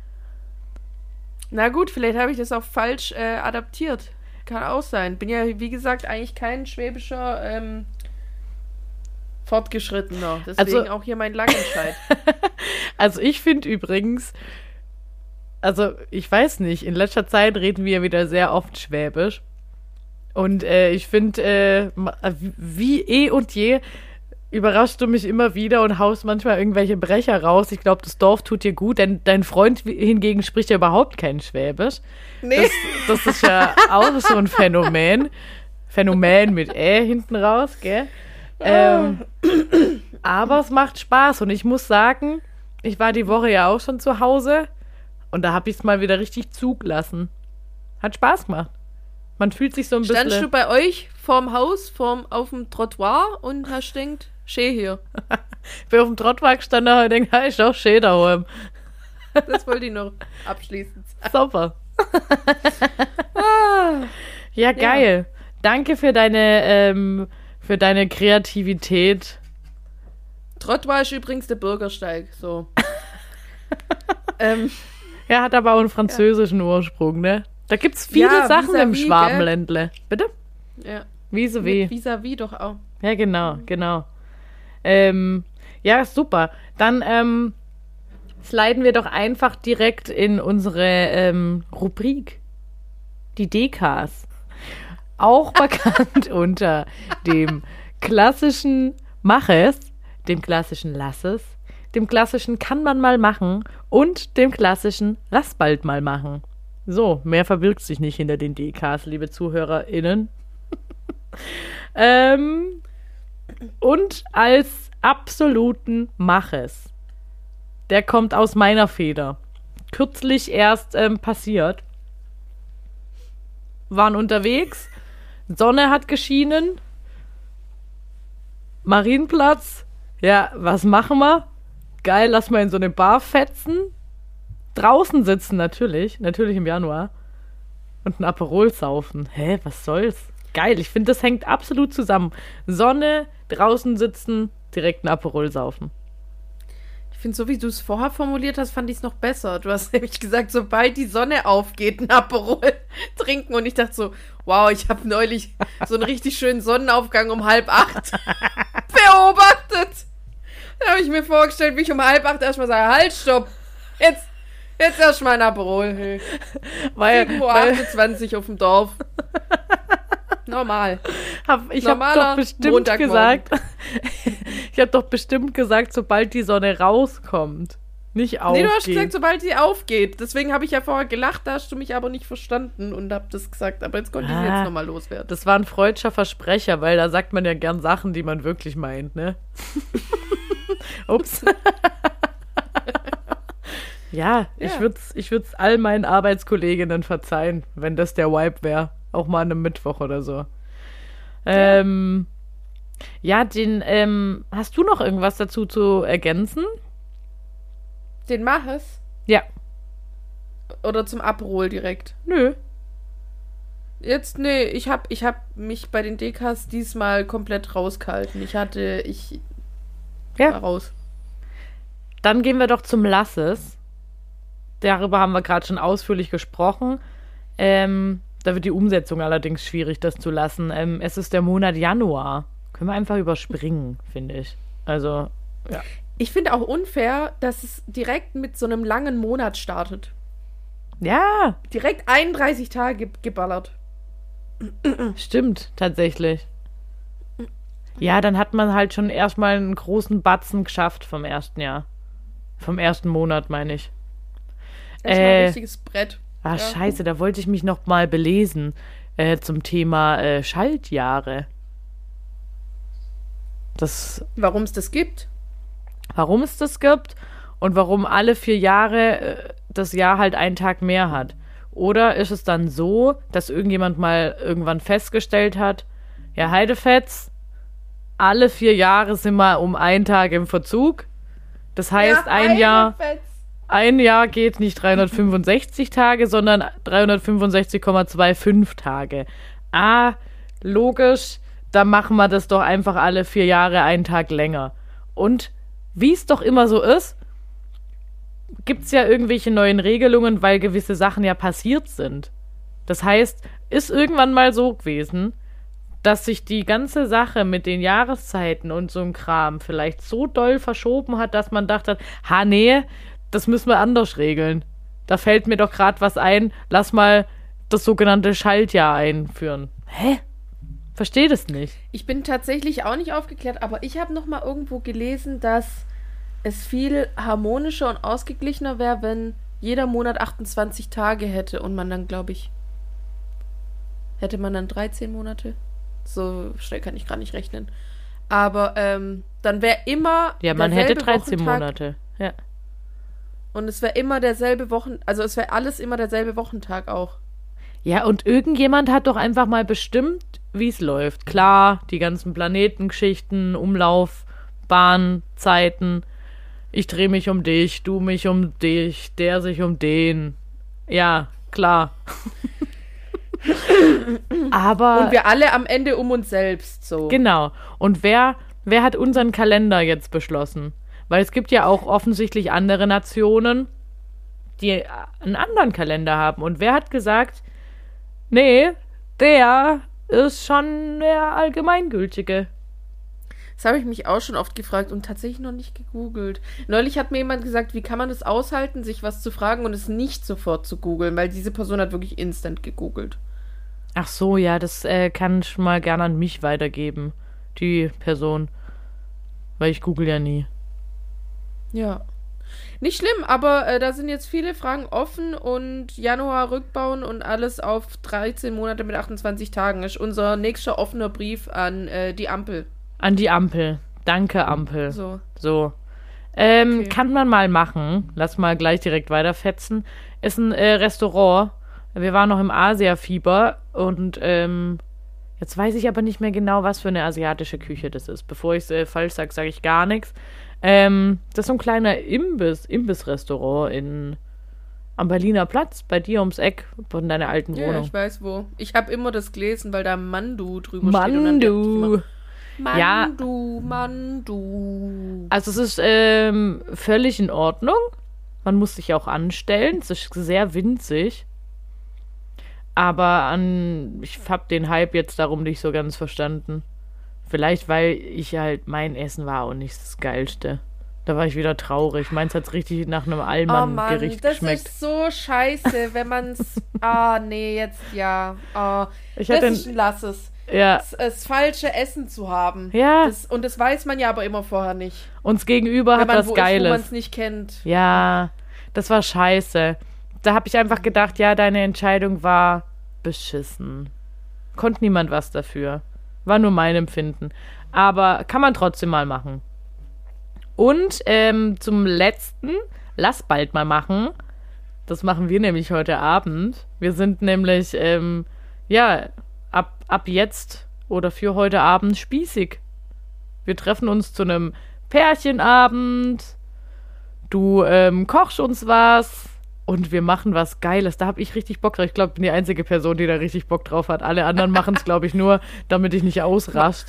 Na gut, vielleicht habe ich das auch falsch äh, adaptiert. Kann auch sein. Bin ja, wie gesagt, eigentlich kein schwäbischer ähm, Fortgeschrittener. Deswegen also, auch hier mein Langenscheid. Also ich finde übrigens, also ich weiß nicht, in letzter Zeit reden wir wieder sehr oft Schwäbisch. Und äh, ich finde, äh, wie eh und je überraschst du mich immer wieder und haust manchmal irgendwelche Brecher raus. Ich glaube, das Dorf tut dir gut, denn dein Freund hingegen spricht ja überhaupt kein Schwäbisch. Nee. Das, das ist ja auch so ein Phänomen. Phänomen mit Ä hinten raus, gell? Ähm, aber es macht Spaß und ich muss sagen, ich war die Woche ja auch schon zu Hause und da habe ich es mal wieder richtig zugelassen. Hat Spaß gemacht. Man fühlt sich so ein bisschen... Standst du bei euch vorm Haus, vorm, auf dem Trottoir und hast denkt, schön hier. Ich bin auf dem Trottoir gestanden und denke, ist doch schön daheim. Das wollte ich noch abschließend sagen. Super. Ja, geil. Ja. Danke für deine, ähm, für deine Kreativität. Trottoir ist übrigens der Bürgersteig, so. ähm, er hat aber auch einen französischen ja. Ursprung, ne? Da gibt's viele ja, Sachen im vis-à-vis, Schwabenländle. Bitte? Ja. Vis-à-vis. Vis-à-vis doch auch. Ja, genau, genau. Ähm, ja, super. Dann ähm, sliden wir doch einfach direkt in unsere ähm, Rubrik. Die Dekas. Auch bekannt unter dem klassischen Mach es, dem klassischen Lass es, dem klassischen Kann man mal machen und dem klassischen Lass bald mal machen. So, mehr verbirgt sich nicht hinter den D Ks, liebe ZuhörerInnen. ähm, und als absoluten Mach es. Der kommt aus meiner Feder. Kürzlich erst ähm, passiert. Waren unterwegs, Sonne hat geschienen, Marienplatz, ja, was machen wir? Geil, lass mal in so eine Bar fetzen. Draußen sitzen natürlich, natürlich im Januar. Und ein Aperol saufen. Hä, was soll's? Geil, ich finde, das hängt absolut zusammen. Sonne, draußen sitzen, direkt ein Aperol saufen. Ich finde, so wie du es vorher formuliert hast, fand ich es noch besser. Du hast nämlich gesagt, sobald die Sonne aufgeht, ein Aperol trinken. Und ich dachte so, wow, ich habe neulich so einen richtig schönen Sonnenaufgang um halb acht beobachtet. Da habe ich mir vorgestellt, wie ich um halb acht erstmal sage, halt, stopp, jetzt, jetzt erstmal ein Aperol. Hey. sieben Uhr achtundzwanzig auf dem Dorf. Normal. Hab, ich habe doch bestimmt gesagt, ich habe doch bestimmt gesagt, sobald die Sonne rauskommt, nicht aufgeht. Nee, du hast gesagt, sobald sie aufgeht. Deswegen habe ich ja vorher gelacht, da hast du mich aber nicht verstanden und hab das gesagt. Aber jetzt konnte ich ah, jetzt nochmal loswerden. Das war ein freudscher Versprecher, weil da sagt man ja gern Sachen, die man wirklich meint, ne? Ups. ja, ja, ich würde es ich würd's all meinen Arbeitskolleginnen verzeihen, wenn das der Vibe wäre. Auch mal an einem Mittwoch oder so. Ähm, ja, den, ähm, hast du noch irgendwas dazu zu ergänzen? Den mach es? Ja. Oder zum Aperol direkt? Nö. Jetzt, nee, ich hab, ich hab mich bei den D Ks diesmal komplett rausgehalten. Ich hatte, ich ja. war raus. Dann gehen wir doch zum Lasses. Darüber haben wir gerade schon ausführlich gesprochen. Ähm, Da wird die Umsetzung allerdings schwierig, das zu lassen. Ähm, es ist der Monat Januar. Können wir einfach überspringen, finde ich. Also, ja. Ich finde auch unfair, dass es direkt mit so einem langen Monat startet. Ja. Direkt einunddreißig Tage geballert. Stimmt, tatsächlich. Ja, dann hat man halt schon erstmal einen großen Batzen geschafft vom ersten Jahr. Vom ersten Monat, meine ich. Erstmal äh, ein richtiges Brett. Ah, ja. Scheiße, da wollte ich mich noch mal belesen äh, zum Thema äh, Schaltjahre. Das, warum es das gibt? Warum es das gibt und warum alle vier Jahre äh, das Jahr halt einen Tag mehr hat. Oder ist es dann so, dass irgendjemand mal irgendwann festgestellt hat, ja, Heidefetz, alle vier Jahre sind wir um einen Tag im Verzug. Das heißt, ja, ein Jahr... Heidefetz. Ein Jahr geht nicht dreihundertfünfundsechzig Tage, sondern dreihundertfünfundsechzig Komma fünfundzwanzig Tage. Ah, logisch, dann machen wir das doch einfach alle vier Jahre einen Tag länger. Und wie es doch immer so ist, gibt es ja irgendwelche neuen Regelungen, weil gewisse Sachen ja passiert sind. Das heißt, ist irgendwann mal so gewesen, dass sich die ganze Sache mit den Jahreszeiten und so einem Kram vielleicht so doll verschoben hat, dass man dachte, ha nee, das müssen wir anders regeln. Da fällt mir doch gerade was ein, lass mal das sogenannte Schaltjahr einführen. Hä? Verstehe das nicht. Ich bin tatsächlich auch nicht aufgeklärt, aber ich habe noch mal irgendwo gelesen, dass es viel harmonischer und ausgeglichener wäre, wenn jeder Monat achtundzwanzig Tage hätte und man dann, glaube ich, hätte man dann dreizehn Monate. So schnell kann ich gerade nicht rechnen. Aber ähm, dann wäre immer ja, man hätte dreizehn Wochentag, Monate. Ja. Und es wäre immer derselbe Wochen, also es wäre alles immer derselbe Wochentag auch. Ja, und irgendjemand hat doch einfach mal bestimmt, wie es läuft. Klar, die ganzen Planetengeschichten, Umlaufbahn, Zeiten. Ich drehe mich um dich, du mich um dich, der sich um den. Ja, klar. Aber und wir alle am Ende um uns selbst, so. Genau. Und wer, wer hat unseren Kalender jetzt beschlossen? Weil es gibt ja auch offensichtlich andere Nationen, die einen anderen Kalender haben. Und wer hat gesagt, nee, der ist schon der allgemeingültige? Das habe ich mich auch schon oft gefragt und tatsächlich noch nicht gegoogelt. Neulich hat mir jemand gesagt, wie kann man es aushalten, sich was zu fragen und es nicht sofort zu googeln, weil diese Person hat wirklich instant gegoogelt. Ach so, ja, das äh, kann ich mal gerne an mich weitergeben, die Person. weil ich google ja nie. Ja. Nicht schlimm, aber äh, da sind jetzt viele Fragen offen und Januar rückbauen und alles auf dreizehn Monate mit achtundzwanzig Tagen ist unser nächster offener Brief an äh, die Ampel. An die Ampel. Danke, Ampel. So. So. Ähm, Okay. Kann man mal machen. Lass mal gleich direkt weiterfetzen. Ist ein äh, Restaurant. Wir waren noch im Asia-Fieber und ähm, jetzt weiß ich aber nicht mehr genau, was für eine asiatische Küche das ist. Bevor ich es äh, falsch sage, sage ich gar nichts. Ähm, das ist so ein kleiner Imbiss, Imbiss-Restaurant in, am Berliner Platz, bei dir ums Eck von deiner alten Ja, Wohnung. ich weiß wo. Ich habe immer das gelesen, weil da Mandu drüber steht. Und dann Mandu. Mandu, Ja. Mandu, Mandu. Also es ist ähm, völlig in Ordnung. Man muss sich auch anstellen. Es ist sehr winzig. Aber an, ich habe den Hype jetzt darum nicht so ganz verstanden. Vielleicht, weil ich halt, mein Essen war auch nicht das Geilste. Da war ich wieder traurig. Meins hat's richtig nach einem Oh Mann, Allmann-Gericht das geschmeckt. ist so scheiße, wenn man's. Ah, nee, jetzt ja. Ah, Ich das hatte ist ein Lasses. Ja, Das, das falsche Essen zu haben. Ja. Das, und das weiß man ja aber immer vorher nicht. uns gegenüber Wenn hat man was wo ist, wo man Geiles. es nicht kennt. Ja, das war scheiße. Da habe ich einfach gedacht, ja, deine Entscheidung war beschissen. Konnte niemand was dafür. War nur mein Empfinden. Aber kann man trotzdem mal machen. Und ähm, zum letzten, lass bald mal machen. Das machen wir nämlich heute Abend. Wir sind nämlich, ähm, ja, ab, ab jetzt oder für heute Abend spießig. Wir treffen uns zu einem Pärchenabend. Du ähm, kochst uns was. Und wir machen was Geiles. Da habe ich richtig Bock drauf. Ich glaube, ich bin die einzige Person, die da richtig Bock drauf hat. Alle anderen machen es, glaube ich, nur, damit ich nicht ausrascht.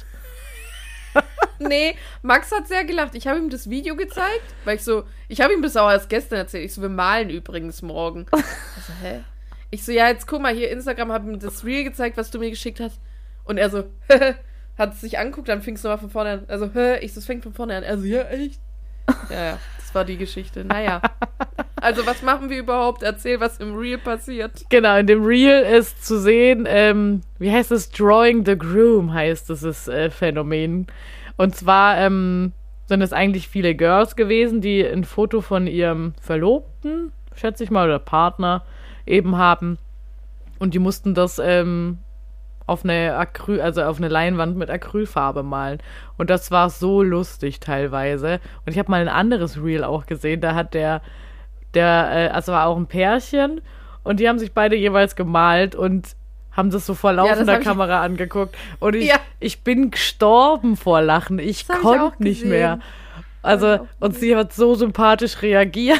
Nee, Max hat sehr gelacht. Ich habe ihm das Video gezeigt, weil ich so, ich habe ihm das auch erst gestern erzählt. Ich so, wir malen übrigens morgen. Also, hä? Ich so, ja, jetzt guck mal, hier Instagram, habe ihm das Reel gezeigt, was du mir geschickt hast. Und er so, hat es sich anguckt, dann fing es nochmal von vorne an. Also, hä? Ich so, es fängt von vorne an. Er so, ja, echt? Ja, ja, das war die Geschichte. Naja. Also, was machen wir überhaupt? Erzähl, was im Reel passiert. Genau, in dem Reel ist zu sehen, ähm, wie heißt es? Drawing the Groom heißt dieses äh, Phänomen. Und zwar ähm, sind es eigentlich viele Girls gewesen, die ein Foto von ihrem Verlobten, schätze ich mal, oder Partner eben haben. Und die mussten das ähm, auf eine Acryl, also auf eine Leinwand mit Acrylfarbe malen. Und das war so lustig teilweise. Und ich habe mal ein anderes Reel auch gesehen, da hat der, der, äh, also war auch ein Pärchen und die haben sich beide jeweils gemalt und haben das so vor laufender hab ich- Kamera angeguckt. Und ich, Ja. ich bin gestorben vor Lachen. Ich Das hab ich auch konnte nicht gesehen. mehr. Also, Hab ich auch und sie hat so sympathisch reagiert.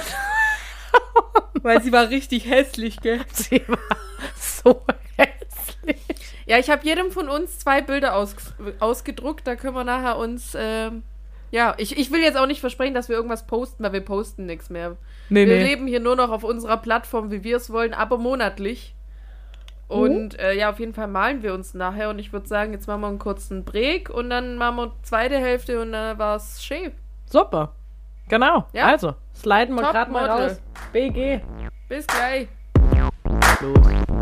Weil sie war richtig hässlich, gell? Sie war so hässlich. Ja, ich habe jedem von uns zwei Bilder aus, ausgedruckt. Da können wir nachher uns, ähm, ja, ich, ich will jetzt auch nicht versprechen, dass wir irgendwas posten, weil wir posten nichts mehr. Nee, wir nee. leben hier nur noch auf unserer Plattform, wie wir es wollen, aber monatlich. Und äh, ja, auf jeden Fall malen wir uns nachher. Und ich würde sagen, jetzt machen wir einen kurzen Break und dann machen wir zweite Hälfte und dann war es schön. Super. Genau. Ja. Also, sliden wir Top gerade mal Model. raus. B G. Bis gleich. Los.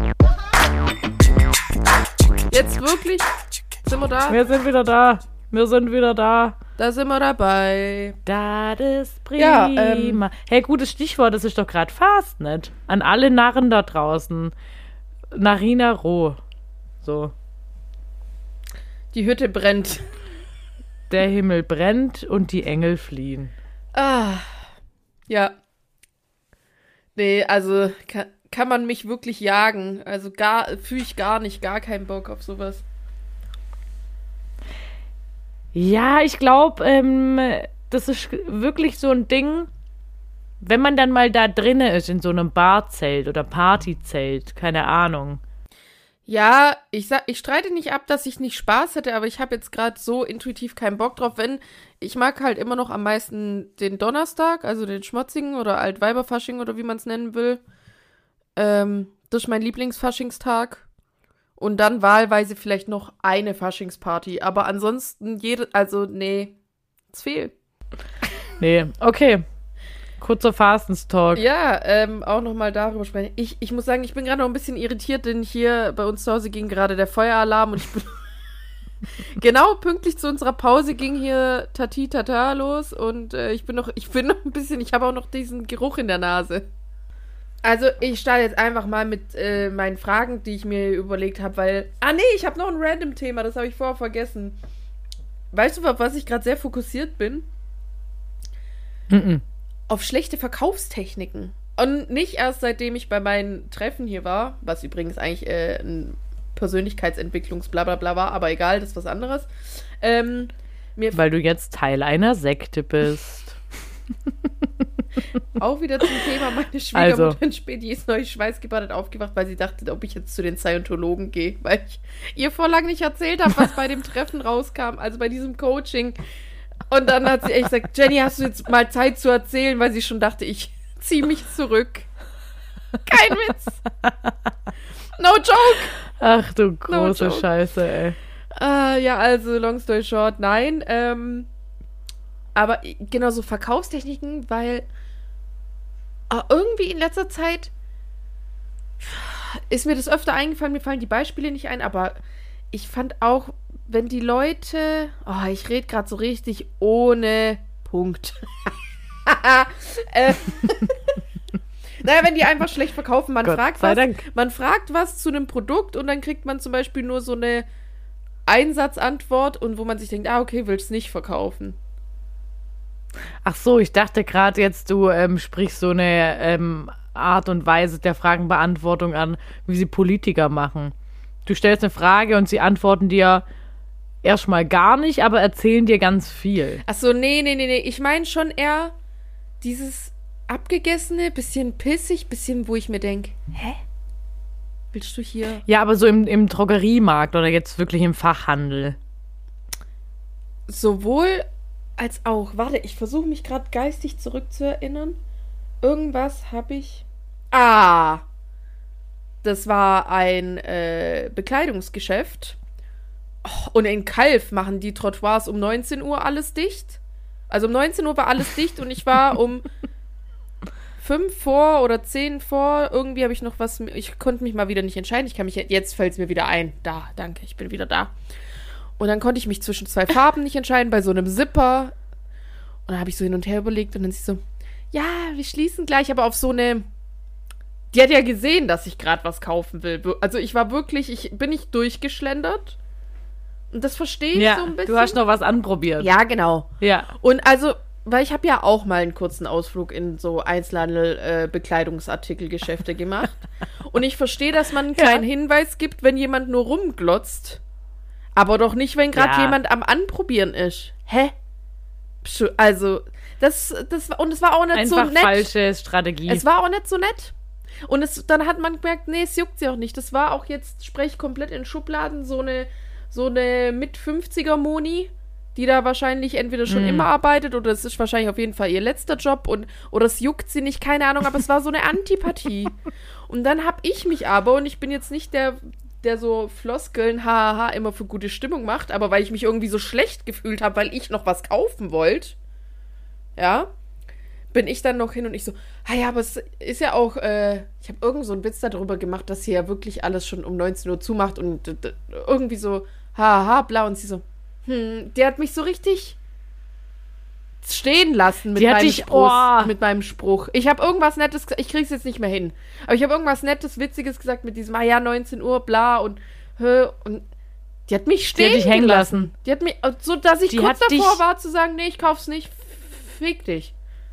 Jetzt wirklich? Sind wir da? Wir sind wieder da. Wir sind wieder da. Da sind wir dabei. Das ist prima. Ja, ähm, hey, gutes Stichwort, das ist doch gerade Fastnet. An alle Narren da draußen. Narina Roh. So. Die Hütte brennt. Der Himmel brennt und die Engel fliehen. Ah, ja. Nee, also kann, kann man mich wirklich jagen. Also gar, fühle ich gar nicht, gar keinen Bock auf sowas. Ja, ich glaube, ähm, das ist wirklich so ein Ding, wenn man dann mal da drinne ist, in so einem Barzelt oder Partyzelt, keine Ahnung. Ja, ich sag, ich streite nicht ab, dass ich nicht Spaß hätte, aber ich habe jetzt gerade so intuitiv keinen Bock drauf. Wenn, ich mag halt immer noch am meisten den Donnerstag, also den Schmotzigen oder Altweiberfasching oder wie man es nennen will. Ähm, das ist mein Lieblingsfaschingstag. Und dann wahlweise vielleicht noch eine Faschingsparty. Aber ansonsten jede, also nee, es fehlt. Nee, okay. Kurzer Fastenstalk. Ja, ähm, auch nochmal darüber sprechen. Ich, ich muss sagen, ich bin gerade noch ein bisschen irritiert, denn hier bei uns zu Hause ging gerade der Feueralarm und ich bin, Genau, pünktlich zu unserer Pause ging hier Tati Tata los und äh, ich bin noch, ich bin noch ein bisschen, ich habe auch noch diesen Geruch in der Nase. Also ich starte jetzt einfach mal mit äh, meinen Fragen, die ich mir überlegt habe, weil, ah nee, ich habe noch ein Random-Thema, das habe ich vorher vergessen. Weißt du, auf was ich gerade sehr fokussiert bin? Mm-mm. Auf schlechte Verkaufstechniken. Und nicht erst seitdem ich bei meinen Treffen hier war, was übrigens eigentlich äh, ein Persönlichkeitsentwicklungs-Blablabla war, aber egal, das ist was anderes. Ähm, mir Weil du jetzt Teil einer Sekte bist. Auch wieder zum Thema, meine Schwiegermutter Also. in Spee, ist neu schweißgebadet aufgewacht, weil sie dachte, ob ich jetzt zu den Scientologen gehe, weil ich ihr vor lang nicht erzählt habe, was bei dem Treffen rauskam, also bei diesem Coaching. Und dann hat sie echt gesagt, Jenny, hast du jetzt mal Zeit zu erzählen, weil sie schon dachte, ich ziehe mich zurück. Kein Witz. No joke. Ach du große joke. Scheiße, ey. Äh, ja, also, long story short, nein. Ähm, aber genau so Verkaufstechniken, weil äh, irgendwie in letzter Zeit ist mir das öfter eingefallen, mir fallen die Beispiele nicht ein, aber ich fand auch, wenn die Leute, oh, ich rede gerade so richtig ohne Punkt. äh, naja, wenn die einfach schlecht verkaufen, man Gott fragt sei was, Dank. man fragt was zu einem Produkt und dann kriegt man zum Beispiel nur so eine Einsatzantwort und wo man sich denkt, ah, okay, willst nicht verkaufen. Ach so, ich dachte gerade jetzt, du ähm, sprichst so eine ähm, Art und Weise der Fragenbeantwortung an, wie sie Politiker machen. Du stellst eine Frage und sie antworten dir erstmal gar nicht, aber erzählen dir ganz viel. Ach so, nee, nee, nee, nee. Ich meine schon eher dieses abgegessene, bisschen pissig, bisschen, wo ich mir denke, hä? Willst du hier? Ja, aber so im, im Drogeriemarkt oder jetzt wirklich im Fachhandel. Sowohl als auch. Warte, ich versuche mich gerade geistig zurückzuerinnern. Irgendwas habe ich. Ah! Das war ein äh, Bekleidungsgeschäft. Oh, und in Calw machen die Trottoirs um neunzehn Uhr alles dicht. Also um neunzehn Uhr war alles dicht und ich war um fünf vor oder zehn vor. Irgendwie habe ich noch was. Ich konnte mich mal wieder nicht entscheiden. Ich kann mich. Jetzt fällt es mir wieder ein. Da, danke, ich bin wieder da. Und dann konnte ich mich zwischen zwei Farben nicht entscheiden, bei so einem Zipper. Und dann habe ich so hin und her überlegt und dann sie so, ja, wir schließen gleich, aber auf so eine. Die hat ja gesehen, dass ich gerade was kaufen will. Also ich war wirklich, ich bin nicht durchgeschlendert. Und das verstehe ich Ja, so ein bisschen. du hast noch was anprobiert. Ja, genau. Ja. Und also, weil ich habe ja auch mal einen kurzen Ausflug in so Einzelhandel-Bekleidungsartikelgeschäfte gemacht. Und ich verstehe, dass man einen kleinen Ja. Hinweis gibt, wenn jemand nur rumglotzt. Aber doch nicht, wenn gerade Ja. jemand am Anprobieren ist. Hä? Pschu- Also, das, das war, und es war auch nicht Einfach so nett. falsche Strategie. Es war auch nicht so nett. Und es, dann hat man gemerkt, nee, es juckt sie auch nicht. Das war auch jetzt, sprech komplett in Schubladen, so eine, so eine Mit-fünfziger-Moni, die da wahrscheinlich entweder schon Mm. immer arbeitet oder es ist wahrscheinlich auf jeden Fall ihr letzter Job und oder es juckt sie nicht, keine Ahnung, aber es war so eine Antipathie. Und dann hab ich mich aber, und ich bin jetzt nicht der, der so Floskeln, haha, immer für gute Stimmung macht, aber weil ich mich irgendwie so schlecht gefühlt habe, weil ich noch was kaufen wollte, ja, bin ich dann noch hin und ich so, ah ja, aber es ist ja auch, äh, ich habe irgend so einen Witz darüber gemacht, dass hier ja wirklich alles schon um neunzehn Uhr zumacht und d- d- irgendwie so, haha, bla, und sie so, hm, der hat mich so richtig stehen lassen mit Die hat meinem dich- Spruch. oh. Mit meinem Spruch. Ich habe irgendwas Nettes, ich krieg's jetzt nicht mehr hin, aber ich habe irgendwas Nettes, Witziges gesagt mit diesem, ah ja, neunzehn Uhr, bla, und, hö, und die hat mich stehen Die hat dich hängen gelassen. lassen. Die hat mich, so dass ich Die kurz hat davor dich- war zu sagen, nee, ich kauf's nicht, fick dich.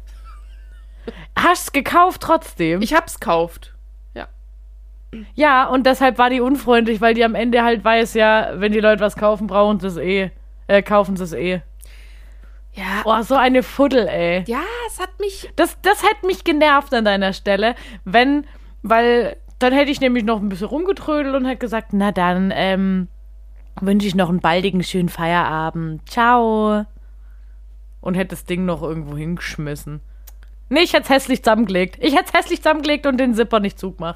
Hast gekauft trotzdem. Ich hab's gekauft. Ja. Ja, und deshalb war die unfreundlich, weil die am Ende halt weiß, ja, wenn die Leute was kaufen, brauchen sie es eh. Äh, kaufen sie es eh. Ja, Oh, so eine Fuddel, ey. ja, es hat mich. Das, das hätte mich genervt an deiner Stelle, wenn, weil dann hätte ich nämlich noch ein bisschen rumgetrödelt und hätte gesagt, na dann, ähm, wünsche ich noch einen baldigen, schönen Feierabend. Ciao. Und hätte das Ding noch irgendwo hingeschmissen. Nee, ich hätte es hässlich zusammengelegt. Ich hätte es hässlich zusammengelegt und den Zipper nicht zugemacht.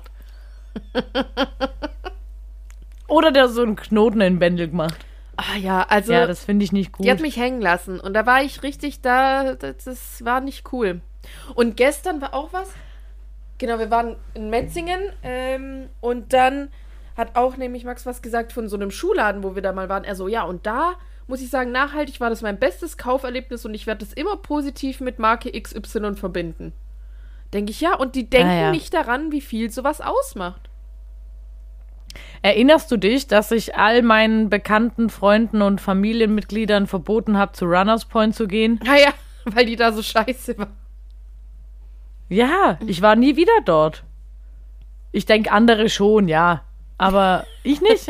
Oder der so einen Knoten in den Bändel gemacht. Ah ja, also. Ja, das finde ich nicht gut. Die hat mich hängen lassen. Und da war ich richtig da. Das, das war nicht cool. Und gestern war auch was. Genau, wir waren in Metzingen. Ähm, und dann hat auch nämlich Max was gesagt von so einem Schuhladen, wo wir da mal waren. Er so, ja, und da muss ich sagen, nachhaltig war das mein bestes Kauferlebnis und ich werde das immer positiv mit Marke X Y verbinden. Denke ich, ja, und die denken ah, ja. nicht daran, wie viel sowas ausmacht. Erinnerst du dich, dass ich all meinen bekannten Freunden und Familienmitgliedern verboten habe, zu Runners Point zu gehen? Naja, weil die da so scheiße waren. Ja, ich war nie wieder dort. Ich denke, andere schon, ja. Aber ich nicht.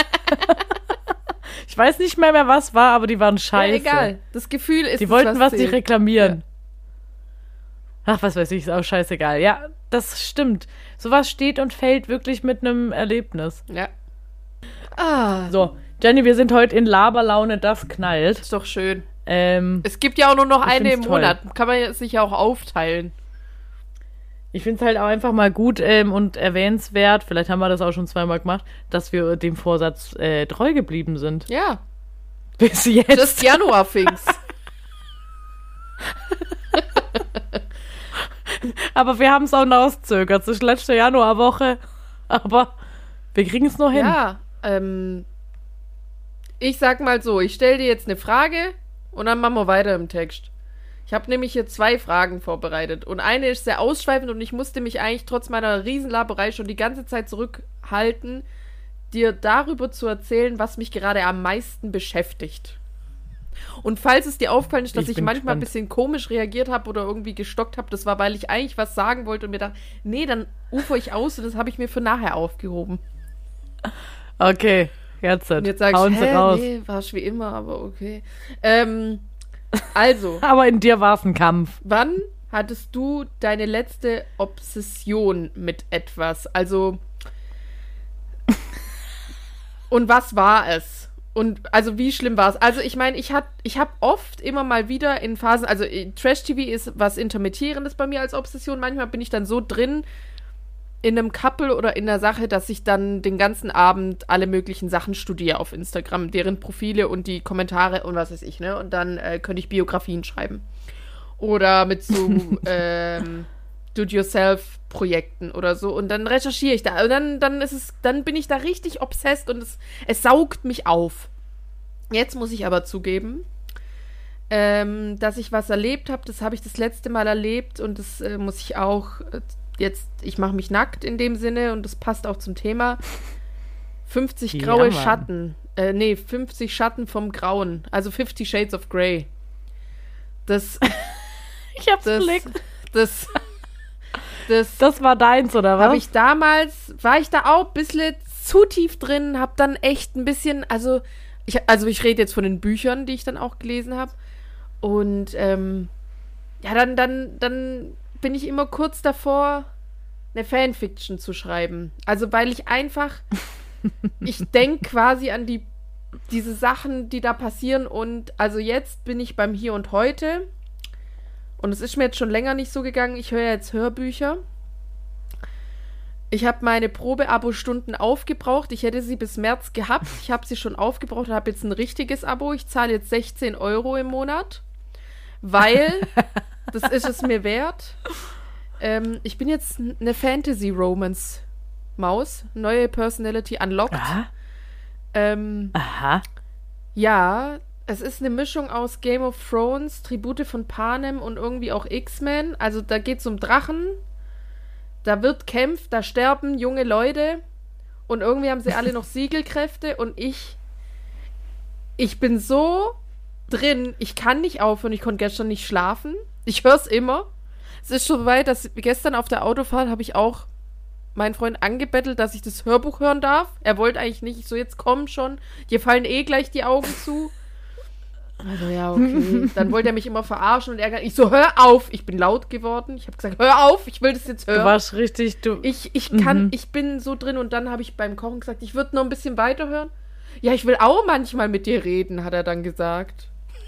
Ich weiß nicht mehr, mehr, was war, aber die waren scheiße. Ja, egal. Das Gefühl ist Die wollten was, was nicht reklamieren. Ja. Ach, was weiß ich, ist auch scheißegal. Ja, das stimmt. Sowas steht und fällt wirklich mit einem Erlebnis. Ja. Ah. So, Jenny, wir sind heute in Laberlaune, das knallt. Ist doch schön. Ähm, es gibt ja auch nur noch eine im Monat. Toll. Kann man sich ja auch aufteilen. Ich finde es halt auch einfach mal gut ähm, und erwähnenswert, vielleicht haben wir das auch schon zweimal gemacht, dass wir dem Vorsatz äh, treu geblieben sind. Ja. Bis jetzt. Das Januar fing's. Aber wir haben es auch nachzögert. Das ist letzte Januarwoche. Aber wir kriegen es noch hin. Ja, ähm, ich sag mal so, ich stelle dir jetzt eine Frage und dann machen wir weiter im Text. Ich habe nämlich hier zwei Fragen vorbereitet und eine ist sehr ausschweifend und ich musste mich eigentlich trotz meiner Riesenlaberei schon die ganze Zeit zurückhalten, dir darüber zu erzählen, was mich gerade am meisten beschäftigt. Und falls es dir aufgefallen ist, dass ich, ich manchmal gespannt. ein bisschen komisch reagiert habe oder irgendwie gestockt habe, das war, weil ich eigentlich was sagen wollte und mir dachte, nee, dann ufer ich aus und das habe ich mir für nachher aufgehoben. Okay, jetzt, und jetzt sag ich, hä, raus. Nee, war es wie immer, aber okay. Ähm, also. Aber in dir war es ein Kampf. Wann hattest du deine letzte Obsession mit etwas? Also, und was war es? Und also wie schlimm war es? Also ich meine, ich, ich habe oft immer mal wieder in Phasen, also Trash-T V ist was Intermittierendes bei mir als Obsession. Manchmal bin ich dann so drin in einem Couple oder in der Sache, dass ich dann den ganzen Abend alle möglichen Sachen studiere auf Instagram, deren Profile und die Kommentare und was weiß ich, ne? Und dann äh, könnte ich Biografien schreiben. Oder mit so ähm, Do-it-yourself-Projekten oder so. Und dann recherchiere ich da. Und dann, dann ist es, dann bin ich da richtig obsessed und es, es saugt mich auf. Jetzt muss ich aber zugeben, ähm, dass ich was erlebt habe. Das habe ich das letzte Mal erlebt und das äh, muss ich auch äh, jetzt, ich mache mich nackt in dem Sinne und das passt auch zum Thema. fünfzig graue ja, Schatten. Äh, nee, fünfzig Schatten vom Grauen. Also Fifty Shades of Grey. Das. Ich hab's das, geblickt. Das. Das, das war deins, oder was? Habe ich damals, war ich da auch ein bisschen zu tief drin, hab dann echt ein bisschen, also ich, also ich rede jetzt von den Büchern, die ich dann auch gelesen habe. Und ähm, ja, dann, dann, dann bin ich immer kurz davor, eine Fanfiction zu schreiben. Also weil ich einfach, ich denke quasi an die diese Sachen, die da passieren. Und also jetzt bin ich beim Hier und Heute. Und es ist mir jetzt schon länger nicht so gegangen. Ich höre jetzt Hörbücher. Ich habe meine Probe-Abo-Stunden aufgebraucht. Ich hätte sie bis März gehabt. Ich habe sie schon aufgebraucht und habe jetzt ein richtiges Abo. Ich zahle jetzt sechzehn Euro im Monat. Weil, das ist es mir wert. Ähm, ich bin jetzt eine Fantasy-Romance-Maus. Neue Personality unlocked. Aha. Ähm, Aha. Ja, es ist eine Mischung aus Game of Thrones, Tribute von Panem und irgendwie auch X-Men. Also da geht es um Drachen. Da wird kämpft, da sterben junge Leute. Und irgendwie haben sie alle noch Siegelkräfte. Und ich, ich bin so drin, ich kann nicht aufhören. Ich konnte gestern nicht schlafen. Ich höre es immer. Es ist schon so weit, dass gestern auf der Autofahrt habe ich auch meinen Freund angebettelt, dass ich das Hörbuch hören darf. Er wollte eigentlich nicht. Ich so, jetzt komm schon. Dir fallen eh gleich die Augen zu. Also ja, okay. Dann wollte er mich immer verarschen und ärgern. Ich so, hör auf. Ich bin laut geworden. Ich habe gesagt, hör auf, ich will das jetzt hören. Du warst richtig, du... Ich, ich kann, mhm. ich bin so drin und dann habe ich beim Kochen gesagt, ich würde noch ein bisschen weiterhören. Ja, ich will auch manchmal mit dir reden, hat er dann gesagt.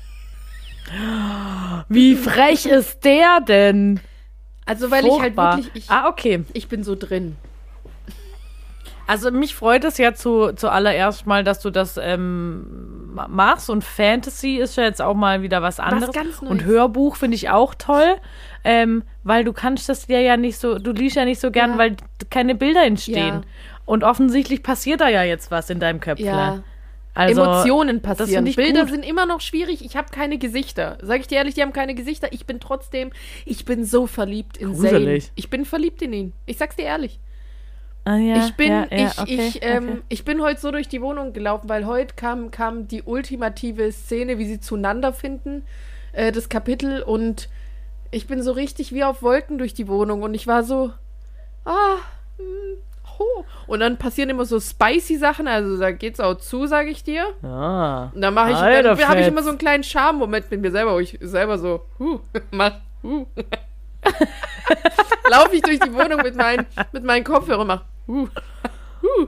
Wie frech ist der denn? Also, weil Furchtbar. ich halt wirklich... Ich, ah, okay. Ich bin so drin. Also mich freut es ja zu, zuallererst mal, dass du das ähm, machst und Fantasy ist ja jetzt auch mal wieder was anderes. Was ganz Neues. Und Hörbuch finde ich auch toll, ähm, weil du kannst das dir ja nicht so, du liest ja nicht so gern, ja. weil keine Bilder entstehen. Ja. Und offensichtlich passiert da ja jetzt was in deinem Köpfchen. Ja. Also, Emotionen passieren. Bilder gut. sind immer noch schwierig. Ich habe keine Gesichter. Sag ich dir ehrlich, die haben keine Gesichter. Ich bin trotzdem, ich bin so verliebt in Zayn. Ich bin verliebt in ihn. Ich sag's dir ehrlich. Ah, ja, ich bin, ja, ja, ich, okay, ich, ähm, okay. ich bin heute so durch die Wohnung gelaufen, weil heute kam, kam die ultimative Szene, wie sie zueinander finden, äh, das Kapitel, und ich bin so richtig wie auf Wolken durch die Wohnung und ich war so, ah, hm, ho. Und dann passieren immer so spicy Sachen, also da geht's auch zu, sage ich dir. Ah, und dann mache ich, dann habe ich immer so einen kleinen Charme-Moment mit mir selber, wo ich selber so, huh, mach, huh. Laufe ich durch die Wohnung mit meinen, mit meinen Kopfhörern und mach, huh, huh.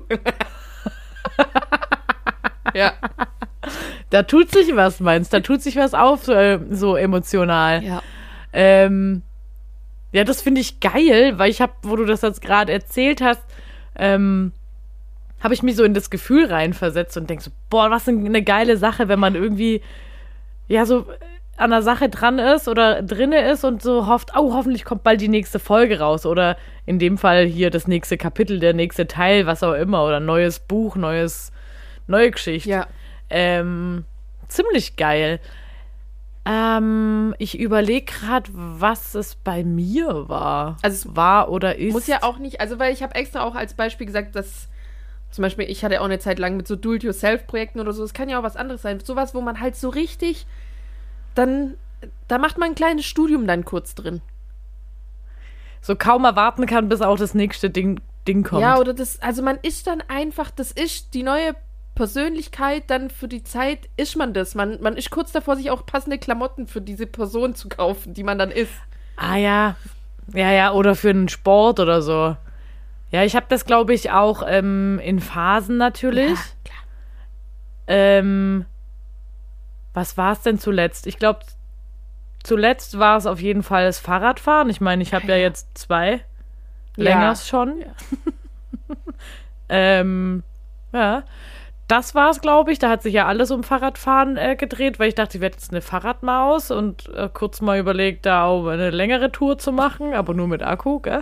Ja. Da tut sich was, meinst du? Da tut sich was auf, so, äh, so emotional. Ja. Ähm, ja, das finde ich geil, weil ich habe, wo du das jetzt gerade erzählt hast, ähm, habe ich mich so in das Gefühl reinversetzt und denk so, boah, was eine geile Sache, wenn man irgendwie, ja, so an der Sache dran ist oder drinne ist und so hofft, oh, hoffentlich kommt bald die nächste Folge raus oder in dem Fall hier das nächste Kapitel, der nächste Teil, was auch immer, oder neues Buch, neues, neue Geschichte. Ja. Ähm, ziemlich geil. Ähm, ich überlege gerade, was es bei mir war. Also es war oder ist. Muss ja auch nicht, also weil ich habe extra auch als Beispiel gesagt, dass zum Beispiel, ich hatte auch eine Zeit lang mit so Do-it-yourself-Projekten oder so, es kann ja auch was anderes sein. Sowas, wo man halt so richtig, dann, da macht man ein kleines Studium dann kurz drin. So kaum erwarten kann, bis auch das nächste Ding, Ding kommt. Ja, oder das, also man ist dann einfach, das ist die neue Persönlichkeit, dann für die Zeit ist man das. Man, man ist kurz davor, sich auch passende Klamotten für diese Person zu kaufen, die man dann ist. Ah ja, ja, ja, oder für einen Sport oder so. Ja, ich habe das, glaube ich, auch ähm, in Phasen natürlich. Ja, klar. Ähm, was war es denn zuletzt? Ich glaube, zuletzt war es auf jeden Fall das Fahrradfahren. Ich meine, ich habe ja. ja jetzt zwei. Ja. Länger schon. Ja. ähm, ja. Das war es, glaube ich. Da hat sich ja alles um Fahrradfahren äh, gedreht, weil ich dachte, ich werde jetzt eine Fahrradmaus und äh, kurz mal überlegt, da auch eine längere Tour zu machen, aber nur mit Akku, gell?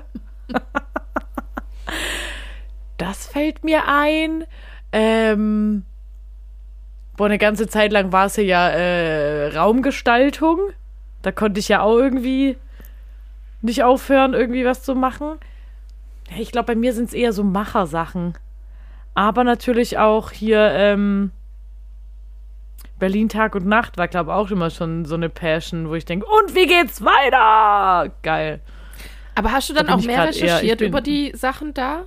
Das fällt mir ein. Ähm, boah, eine ganze Zeit lang war es ja äh, Raumgestaltung. Da konnte ich ja auch irgendwie nicht aufhören, irgendwie was zu machen. Ich glaube, bei mir sind es eher so Machersachen. Aber natürlich auch hier ähm, Berlin Tag und Nacht war, glaube ich, auch immer schon so eine Passion, wo ich denke, und wie geht's weiter? Geil. Aber hast du dann da auch mehr recherchiert eher, über die Sachen da?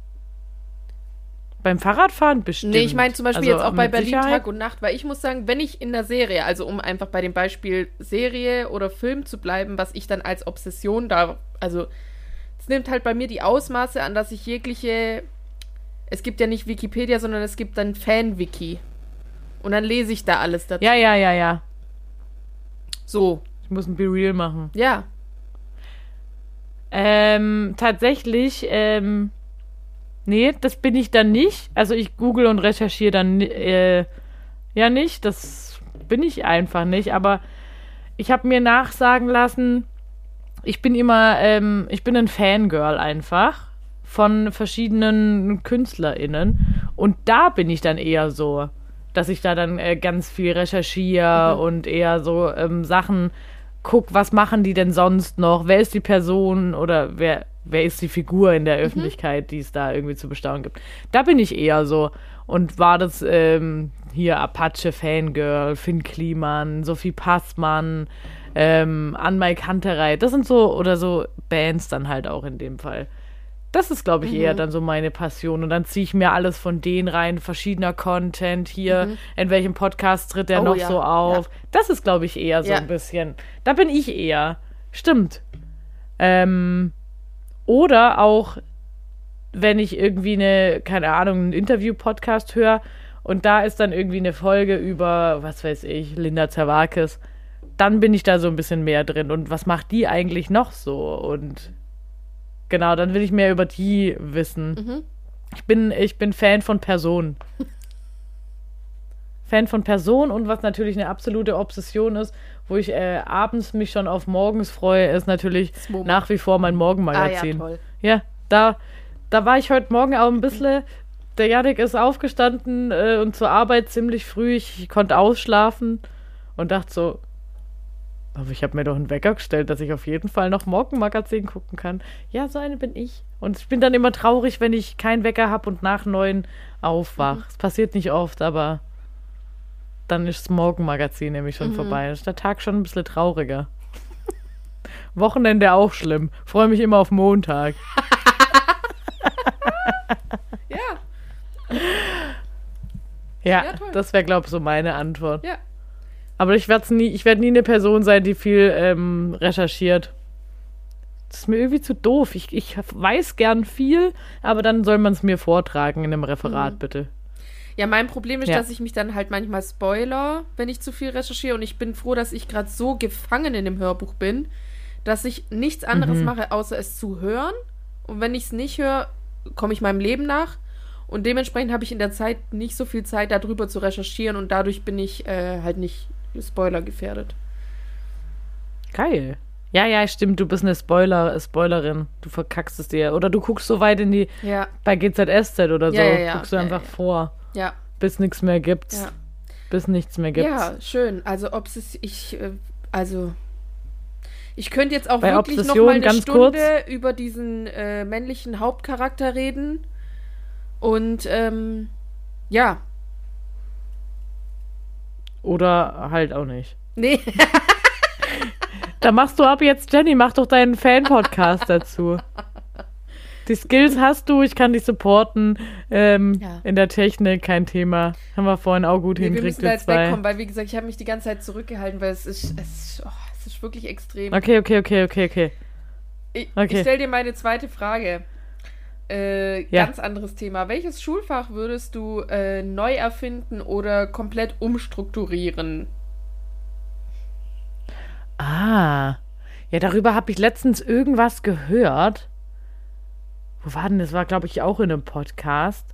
Beim Fahrradfahren bestimmt. Nee, ich meine zum Beispiel also jetzt auch bei Berlin Sicherheit. Tag und Nacht, weil ich muss sagen, wenn ich in der Serie, also um einfach bei dem Beispiel Serie oder Film zu bleiben, was ich dann als Obsession da, also es nimmt halt bei mir die Ausmaße an, dass ich jegliche, es gibt ja nicht Wikipedia, sondern es gibt dann Fan-Wiki. Und dann lese ich da alles dazu. Ja, ja, ja, ja. So. Ich muss ein Be Real machen. Ja. Ähm, tatsächlich, ähm, nee, das bin ich dann nicht. Also ich google und recherchiere dann äh, ja nicht. Das bin ich einfach nicht. Aber ich habe mir nachsagen lassen, ich bin immer, ähm, ich bin ein Fangirl einfach von verschiedenen KünstlerInnen. Und da bin ich dann eher so, dass ich da dann äh, ganz viel recherchiere mhm. und eher so ähm, Sachen guck, was machen die denn sonst noch? Wer ist die Person oder wer, wer ist die Figur in der Öffentlichkeit, mhm. die es da irgendwie zu bestaunen gibt? Da bin ich eher so. Und war das ähm, hier Apache Fangirl, Finn Kliman, Sophie Passmann, ähm, Anmai Kanterei. Das sind so, oder so Bands dann halt auch in dem Fall. Das ist, glaube ich, mhm. eher dann so meine Passion. Und dann ziehe ich mir alles von denen rein, verschiedener Content hier, mhm. in welchem Podcast tritt der oh, noch ja. so auf. Ja. Das ist, glaube ich, eher so ja. ein bisschen. Da bin ich eher. Stimmt. Ähm, oder auch, wenn ich irgendwie eine, keine Ahnung, einen Interview-Podcast höre und da ist dann irgendwie eine Folge über, was weiß ich, Linda Zerwakis, dann bin ich da so ein bisschen mehr drin. Und was macht die eigentlich noch so? Und genau, dann will ich mehr über die wissen. Mhm. Ich bin, ich bin Fan von Personen. Fan von Personen und was natürlich eine absolute Obsession ist, wo ich äh, abends mich schon auf morgens freue, ist natürlich nach wie vor mein Morgenmagazin. Ah, ja, toll. Ja, da, da war ich heute Morgen auch ein bisschen, der Jannik ist aufgestanden äh, und zur Arbeit ziemlich früh, ich, ich konnte ausschlafen und dachte so, aber ich habe mir doch einen Wecker gestellt, dass ich auf jeden Fall noch Morgenmagazin gucken kann. Ja, so eine bin ich. Und ich bin dann immer traurig, wenn ich keinen Wecker habe und nach neun aufwach. Es mhm. passiert nicht oft, aber dann ist das Morgenmagazin nämlich schon mhm. vorbei. Dann ist der Tag schon ein bisschen trauriger. Wochenende auch schlimm. Freue mich immer auf Montag. Ja. Ja, ja das wäre, glaube ich, so meine Antwort. Ja. Aber ich werde nie, ich werde nie eine Person sein, die viel ähm, recherchiert. Das ist mir irgendwie zu doof. Ich, ich weiß gern viel, aber dann soll man es mir vortragen in einem Referat, mhm. bitte. Ja, mein Problem ist, ja. dass ich mich dann halt manchmal spoiler, wenn ich zu viel recherchiere. Und ich bin froh, dass ich gerade so gefangen in dem Hörbuch bin, dass ich nichts anderes mhm. mache, außer es zu hören. Und wenn ich es nicht höre, komme ich meinem Leben nach. Und dementsprechend habe ich in der Zeit nicht so viel Zeit, darüber zu recherchieren. Und dadurch bin ich äh, halt nicht Spoiler gefährdet. Geil. Ja, ja, stimmt, du bist eine Spoiler, Spoilerin. Du verkackst es dir. Oder du guckst so weit in die, ja. bei G Z S Z oder so, ja, ja, ja. guckst du ja, einfach ja. vor. Ja. Bis nichts mehr gibt's. Ja. Bis nichts mehr gibt's. Ja, schön. Also, ob es, ich, also, ich könnte jetzt auch bei wirklich Obsession, noch mal eine ganz Stunde kurz. über diesen äh, männlichen Hauptcharakter reden. Und, ähm, ja. Oder halt auch nicht. Nee. Da machst du ab jetzt, Jenny, mach doch deinen Fan-Podcast dazu. Die Skills hast du, ich kann dich supporten. Ähm, ja. In der Technik, kein Thema. Haben wir vorhin auch gut nee, hingekriegt. Wir müssen da jetzt wegkommen, weil, wie gesagt, ich habe mich die ganze Zeit zurückgehalten, weil es ist, es, oh, es ist wirklich extrem. Okay, okay, okay, okay, okay. Ich, okay. ich stelle dir meine zweite Frage. Äh, ja. Ganz anderes Thema. Welches Schulfach würdest du äh, neu erfinden oder komplett umstrukturieren? Ah, ja, darüber habe ich letztens irgendwas gehört. Wo war denn das? War, glaube ich, auch in einem Podcast.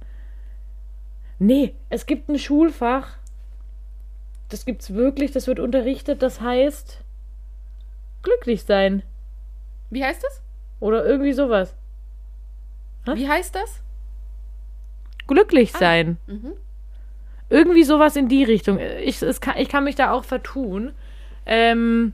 Nee, es gibt ein Schulfach. Das gibt's wirklich, das wird unterrichtet, das heißt glücklich sein. Wie heißt das? Oder irgendwie sowas. Hä? Wie heißt das? Glücklich sein. Ah, mhm. Irgendwie sowas in die Richtung. Ich, es kann, ich kann mich da auch vertun. Ähm,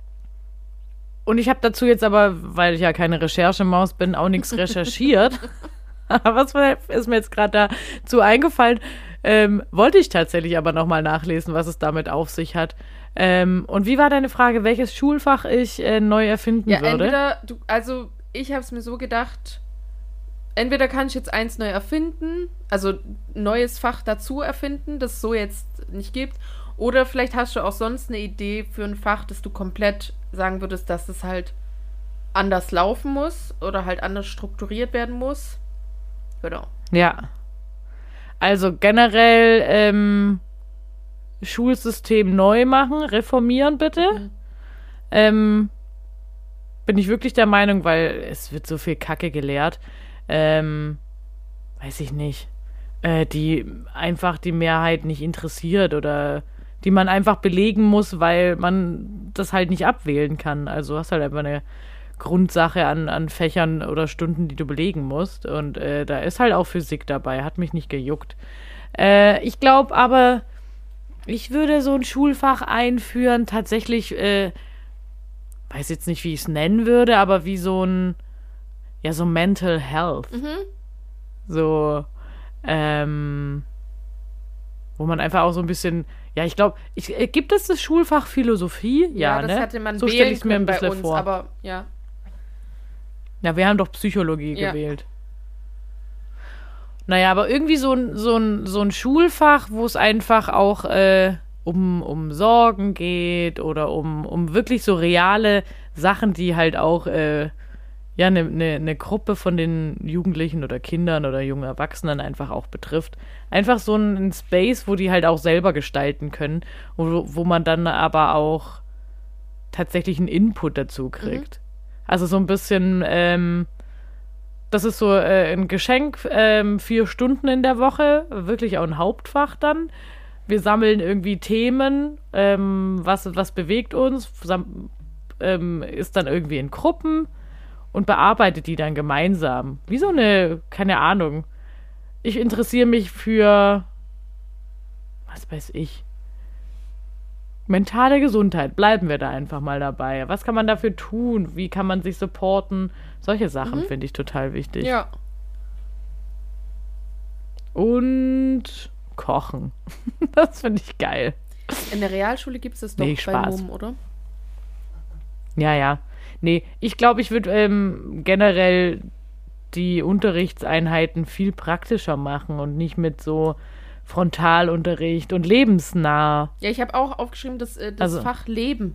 und ich habe dazu jetzt aber, weil ich ja keine Recherchemaus bin, auch nichts recherchiert. Aber was ist mir jetzt gerade dazu eingefallen? Ähm, wollte ich tatsächlich aber nochmal nachlesen, was es damit auf sich hat. Ähm, und wie war deine Frage, welches Schulfach ich äh, neu erfinden ja, würde? Entweder, du, also ich habe es mir so gedacht, entweder kann ich jetzt eins neu erfinden, also ein neues Fach dazu erfinden, das es so jetzt nicht gibt, oder vielleicht hast du auch sonst eine Idee für ein Fach, das du komplett sagen würdest, dass es halt anders laufen muss oder halt anders strukturiert werden muss. Genau. Ja. Also generell ähm, Schulsystem neu machen, reformieren bitte. Mhm. Ähm, bin ich wirklich der Meinung, weil es wird so viel Kacke gelehrt. Ähm, weiß ich nicht. Äh, die einfach die Mehrheit nicht interessiert oder die man einfach belegen muss, weil man das halt nicht abwählen kann. Also hast halt einfach eine Grundsache an, an Fächern oder Stunden, die du belegen musst. Und äh, da ist halt auch Physik dabei, hat mich nicht gejuckt. Äh, ich glaube aber, ich würde so ein Schulfach einführen, tatsächlich, äh, weiß jetzt nicht, wie ich es nennen würde, aber wie so ein, ja, so Mental Health. Mhm. So, ähm, wo man einfach auch so ein bisschen, ja, ich glaube, ich, äh, gibt es das Schulfach Philosophie? Ja, ja das ne? hätte man so wählen ich's mir ein können bisschen bei uns, vor. aber ja. Ja, wir haben doch Psychologie ja. gewählt. Naja, aber irgendwie so ein, so ein, so ein Schulfach, wo es einfach auch äh, um, um Sorgen geht oder um, um wirklich so reale Sachen, die halt auch äh, ja, eine ne, ne Gruppe von den Jugendlichen oder Kindern oder jungen Erwachsenen einfach auch betrifft. Einfach so ein, ein Space, wo die halt auch selber gestalten können, wo, wo man dann aber auch tatsächlich einen Input dazu kriegt. Mhm. Also so ein bisschen, ähm, das ist so äh, ein Geschenk, ähm, vier Stunden in der Woche, wirklich auch ein Hauptfach dann. Wir sammeln irgendwie Themen, ähm, was, was bewegt uns, sam- ähm, ist dann irgendwie in Gruppen und bearbeitet die dann gemeinsam. Wie so eine, keine Ahnung. Ich interessiere mich für, was weiß ich, mentale Gesundheit. Bleiben wir da einfach mal dabei. Was kann man dafür tun? Wie kann man sich supporten? Solche Sachen mhm. finde ich total wichtig. Ja. Und kochen. Das finde ich geil. In der Realschule gibt es das doch nee, bei Spaß. M O M, oder? Ja, ja. Nee, ich glaube, ich würde ähm, generell die Unterrichtseinheiten viel praktischer machen und nicht mit so Frontalunterricht und lebensnah. Ja, ich habe auch aufgeschrieben, das, äh, das also, Fach Leben.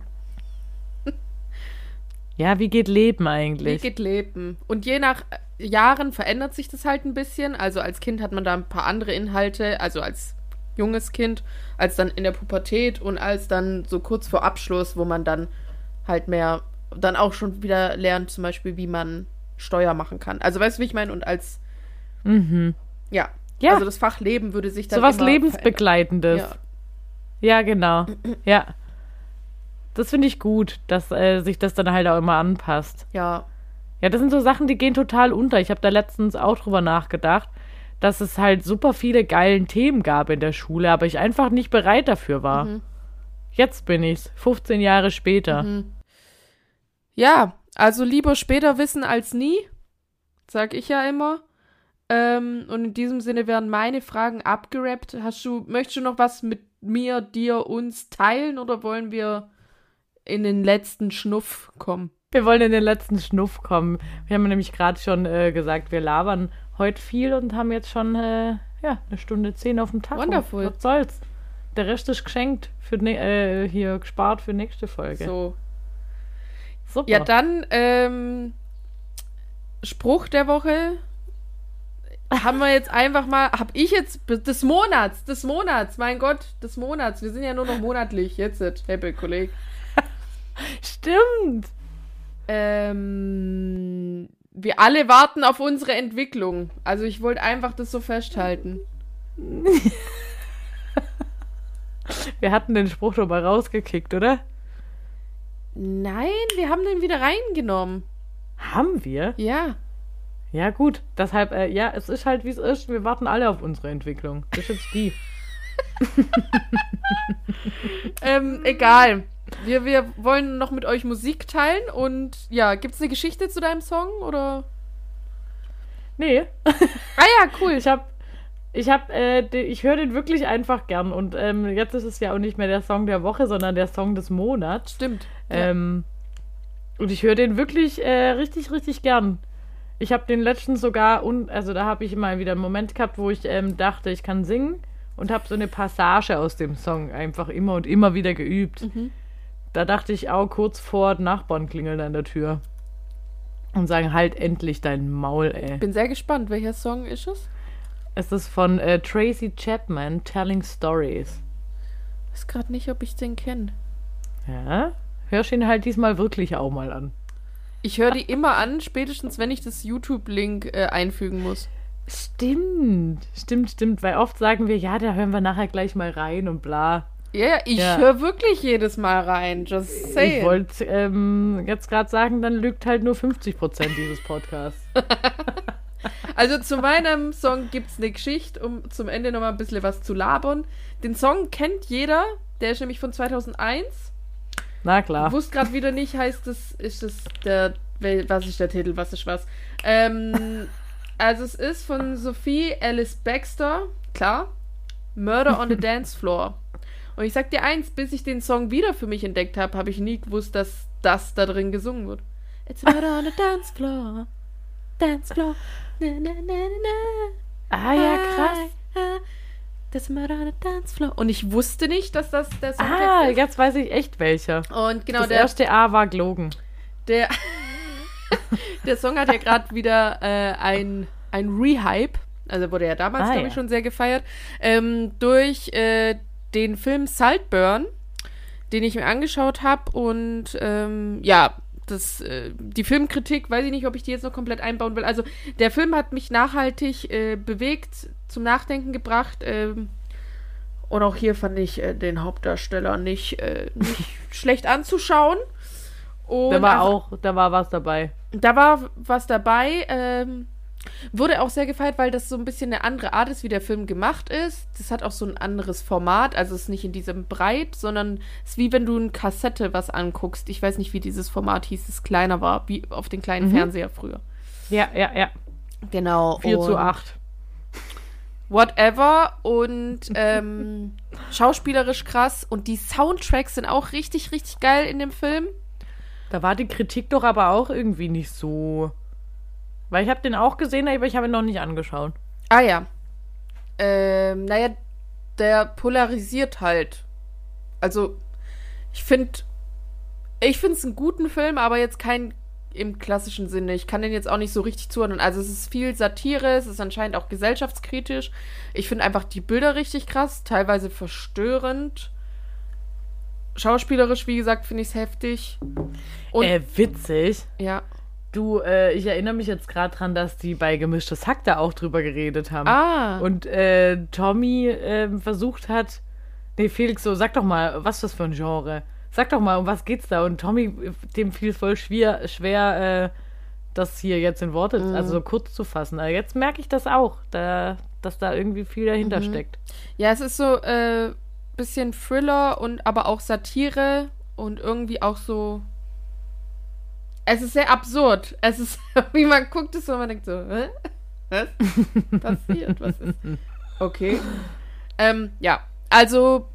Ja, wie geht Leben eigentlich? Wie geht Leben? Und je nach Jahren verändert sich das halt ein bisschen. Also als Kind hat man da ein paar andere Inhalte, also als junges Kind, als dann in der Pubertät und als dann so kurz vor Abschluss, wo man dann halt mehr, dann auch schon wieder lernt, zum Beispiel, wie man Steuer machen kann. Also weißt du, wie ich meine? Und als, mhm. ja. ja, also das Fach Leben würde sich dann so was immer Lebensbegleitendes. Ja. ja, genau. Ja. Das finde ich gut, dass äh, sich das dann halt auch immer anpasst. Ja. Ja, das sind so Sachen, die gehen total unter. Ich habe da letztens auch drüber nachgedacht, dass es halt super viele geilen Themen gab in der Schule, aber ich einfach nicht bereit dafür war. Mhm. Jetzt bin ich's, fünfzehn Jahre später. Mhm. Ja, also lieber später wissen als nie, sag ich ja immer. Ähm, und in diesem Sinne werden meine Fragen abgerappt. Hast du, möchtest du noch was mit mir, dir, uns teilen oder wollen wir in den letzten Schnuff kommen? Wir wollen in den letzten Schnuff kommen. Wir haben nämlich gerade schon äh, gesagt, wir labern heute viel und haben jetzt schon äh, ja, eine Stunde zehn auf dem Tag. Wonderful. Was soll's? Der Rest ist geschenkt, für ne- äh, hier gespart für nächste Folge. So. Super. Ja, dann ähm, Spruch der Woche haben wir jetzt einfach mal, hab ich jetzt, des Monats, des Monats, mein Gott, des Monats. Wir sind ja nur noch monatlich, jetzt, Heppe, Kollege. Stimmt. Ähm, wir alle warten auf unsere Entwicklung. Also ich wollte einfach das so festhalten. Wir hatten den Spruch doch mal rausgekickt, oder? Nein, wir haben den wieder reingenommen. Haben wir? Ja. Ja, gut. Deshalb, äh, ja, es ist halt, wie es ist. Wir warten alle auf unsere Entwicklung. Das ist jetzt die. ähm, egal. Wir, wir wollen noch mit euch Musik teilen und ja, gibt's eine Geschichte zu deinem Song, oder? Nee. Ah ja, cool. Ich hab, ich hab, äh, den, ich höre den wirklich einfach gern und ähm, jetzt ist es ja auch nicht mehr der Song der Woche, sondern der Song des Monats. Stimmt. Ähm, ja. Und ich höre den wirklich äh, richtig, richtig gern. Ich habe den letztens sogar, un- also da habe ich mal wieder einen Moment gehabt, wo ich ähm, dachte, ich kann singen und habe so eine Passage aus dem Song einfach immer und immer wieder geübt. Mhm. Da dachte ich auch kurz vor, Nachbarn klingeln an der Tür und sagen, halt endlich dein Maul, ey. Bin sehr gespannt, welcher Song ist es? Es ist von äh, Tracy Chapman, Telling Stories. Ich weiß gerade nicht, ob ich den kenne. Ja, hörst ihn halt diesmal wirklich auch mal an. Ich höre die immer an, spätestens wenn ich das YouTube-Link äh, einfügen muss. Stimmt, stimmt, stimmt, weil oft sagen wir, ja, da hören wir nachher gleich mal rein und bla. Ja, yeah, ich ja. höre wirklich jedes Mal rein, just saying. Ich wollte ähm, jetzt gerade sagen, dann lügt halt nur fünfzig Prozent dieses Podcasts. Also zu meinem Song gibt's eine Geschichte, um zum Ende nochmal ein bisschen was zu labern. Den Song kennt jeder, der ist nämlich von zweitausendeins. Na klar. Ich wusste gerade wieder nicht, heißt das, ist das der, was ist der Titel, was ist was? Ähm, also es ist von Sophie Alice Baxter, klar, Murder on the Dance Floor. Und ich sag dir eins, bis ich den Song wieder für mich entdeckt habe, habe ich nie gewusst, dass das da drin gesungen wird. It's murder on the dance floor, dance floor, na na na na. Ah ja, krass. Das murder on the dance floor. Und ich wusste nicht, dass das der Song Ah, ist. jetzt weiß ich echt welcher. Und genau, das der erste A war gelogen. Der, der Song hat ja gerade wieder äh, ein, ein Rehype, also wurde ja damals, ah, glaube ja. ich, schon sehr gefeiert, ähm, durch äh, den Film Saltburn, den ich mir angeschaut habe und ähm, ja, das, äh, die Filmkritik, weiß ich nicht, ob ich die jetzt noch komplett einbauen will. Also der Film hat mich nachhaltig äh, bewegt, zum Nachdenken gebracht ähm, und auch hier fand ich äh, den Hauptdarsteller nicht, äh, nicht schlecht anzuschauen. Und da war auch, da war was dabei. da war was dabei, ähm, wurde auch sehr gefeiert, weil das so ein bisschen eine andere Art ist, wie der Film gemacht ist. Das hat auch so ein anderes Format, also es ist nicht in diesem Breit, sondern es ist wie wenn du eine Kassette was anguckst. Ich weiß nicht, wie dieses Format hieß, es kleiner war, wie auf den kleinen mhm. Fernseher früher. Ja, ja, ja. Genau. vier zu acht. Whatever. Und ähm, schauspielerisch krass. Und die Soundtracks sind auch richtig, richtig geil in dem Film. Da war die Kritik doch aber auch irgendwie nicht so... Weil ich habe den auch gesehen, aber ich habe ihn noch nicht angeschaut. Ah ja. Ähm, naja, der polarisiert halt. Also, ich finde, ich finde es einen guten Film, aber jetzt kein im klassischen Sinne. Ich kann den jetzt auch nicht so richtig zuordnen. Also, es ist viel Satire, es ist anscheinend auch gesellschaftskritisch. Ich finde einfach die Bilder richtig krass, teilweise verstörend. Schauspielerisch, wie gesagt, finde ich es heftig. Und, äh, witzig. Ja. Du, äh, ich erinnere mich jetzt gerade dran, dass die bei Gemischtes Hack da auch drüber geredet haben. Ah. Und äh, Tommy äh, versucht hat, nee, Felix, so, sag doch mal, was ist das für ein Genre? Sag doch mal, um was geht's da? Und Tommy, dem fiel voll schwer, schwer äh, das hier jetzt in Worte, mm. also so kurz zu fassen. Aber jetzt merke ich das auch, da, dass da irgendwie viel dahinter mhm. steckt. Ja, es ist so äh, bisschen Thriller und aber auch Satire und irgendwie auch so. Es ist sehr absurd. Es ist, wie man guckt es und man denkt so, hä? Was passiert? Was ist? Okay. Ähm, ja, also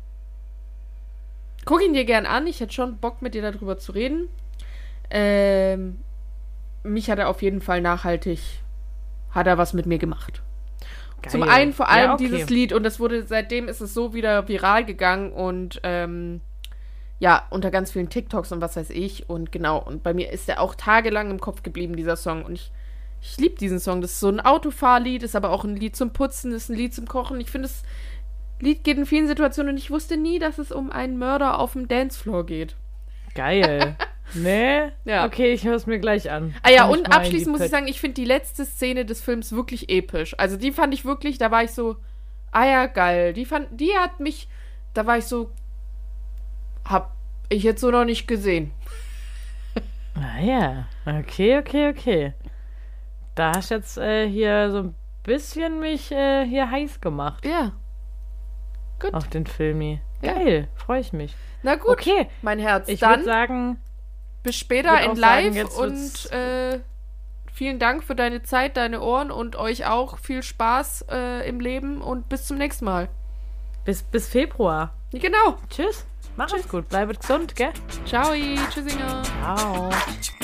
guck ihn dir gern an. Ich hätte schon Bock, mit dir darüber zu reden. Ähm, mich hat er auf jeden Fall nachhaltig, hat er was mit mir gemacht. Geil. Zum einen vor allem ja, okay. dieses Lied und das wurde, seitdem ist es so wieder viral gegangen und ähm, ja, unter ganz vielen TikToks und was weiß ich. Und genau, und bei mir ist der auch tagelang im Kopf geblieben, dieser Song. Und ich, ich liebe diesen Song. Das ist so ein Autofahrlied, ist aber auch ein Lied zum Putzen, ist ein Lied zum Kochen. Ich finde, das Lied geht in vielen Situationen und ich wusste nie, dass es um einen Mörder auf dem Dancefloor geht. Geil. Nee? Ja. Okay, ich höre es mir gleich an. Ah ja, und abschließend muss ich sagen, ich finde die letzte Szene des Films wirklich episch. Also die fand ich wirklich, da war ich so, ah ja, geil. Die fand, die hat mich, da war ich so, hab ich jetzt so noch nicht gesehen. Ah ja, okay, okay, okay. Da hast du jetzt äh, hier so ein bisschen mich äh, hier heiß gemacht. Ja. Gut. Auf den Filmi. Geil, ja. Freue ich mich. Na gut, okay. mein Herz. Ich Dann würde sagen, bis später in live sagen, und äh, vielen Dank für deine Zeit, deine Ohren und euch auch viel Spaß äh, im Leben und bis zum nächsten Mal. Bis, bis Februar. Genau. Tschüss. Mach es gut. Bleibet gesund, gell? Ciao. Tschüssinger. Ciao.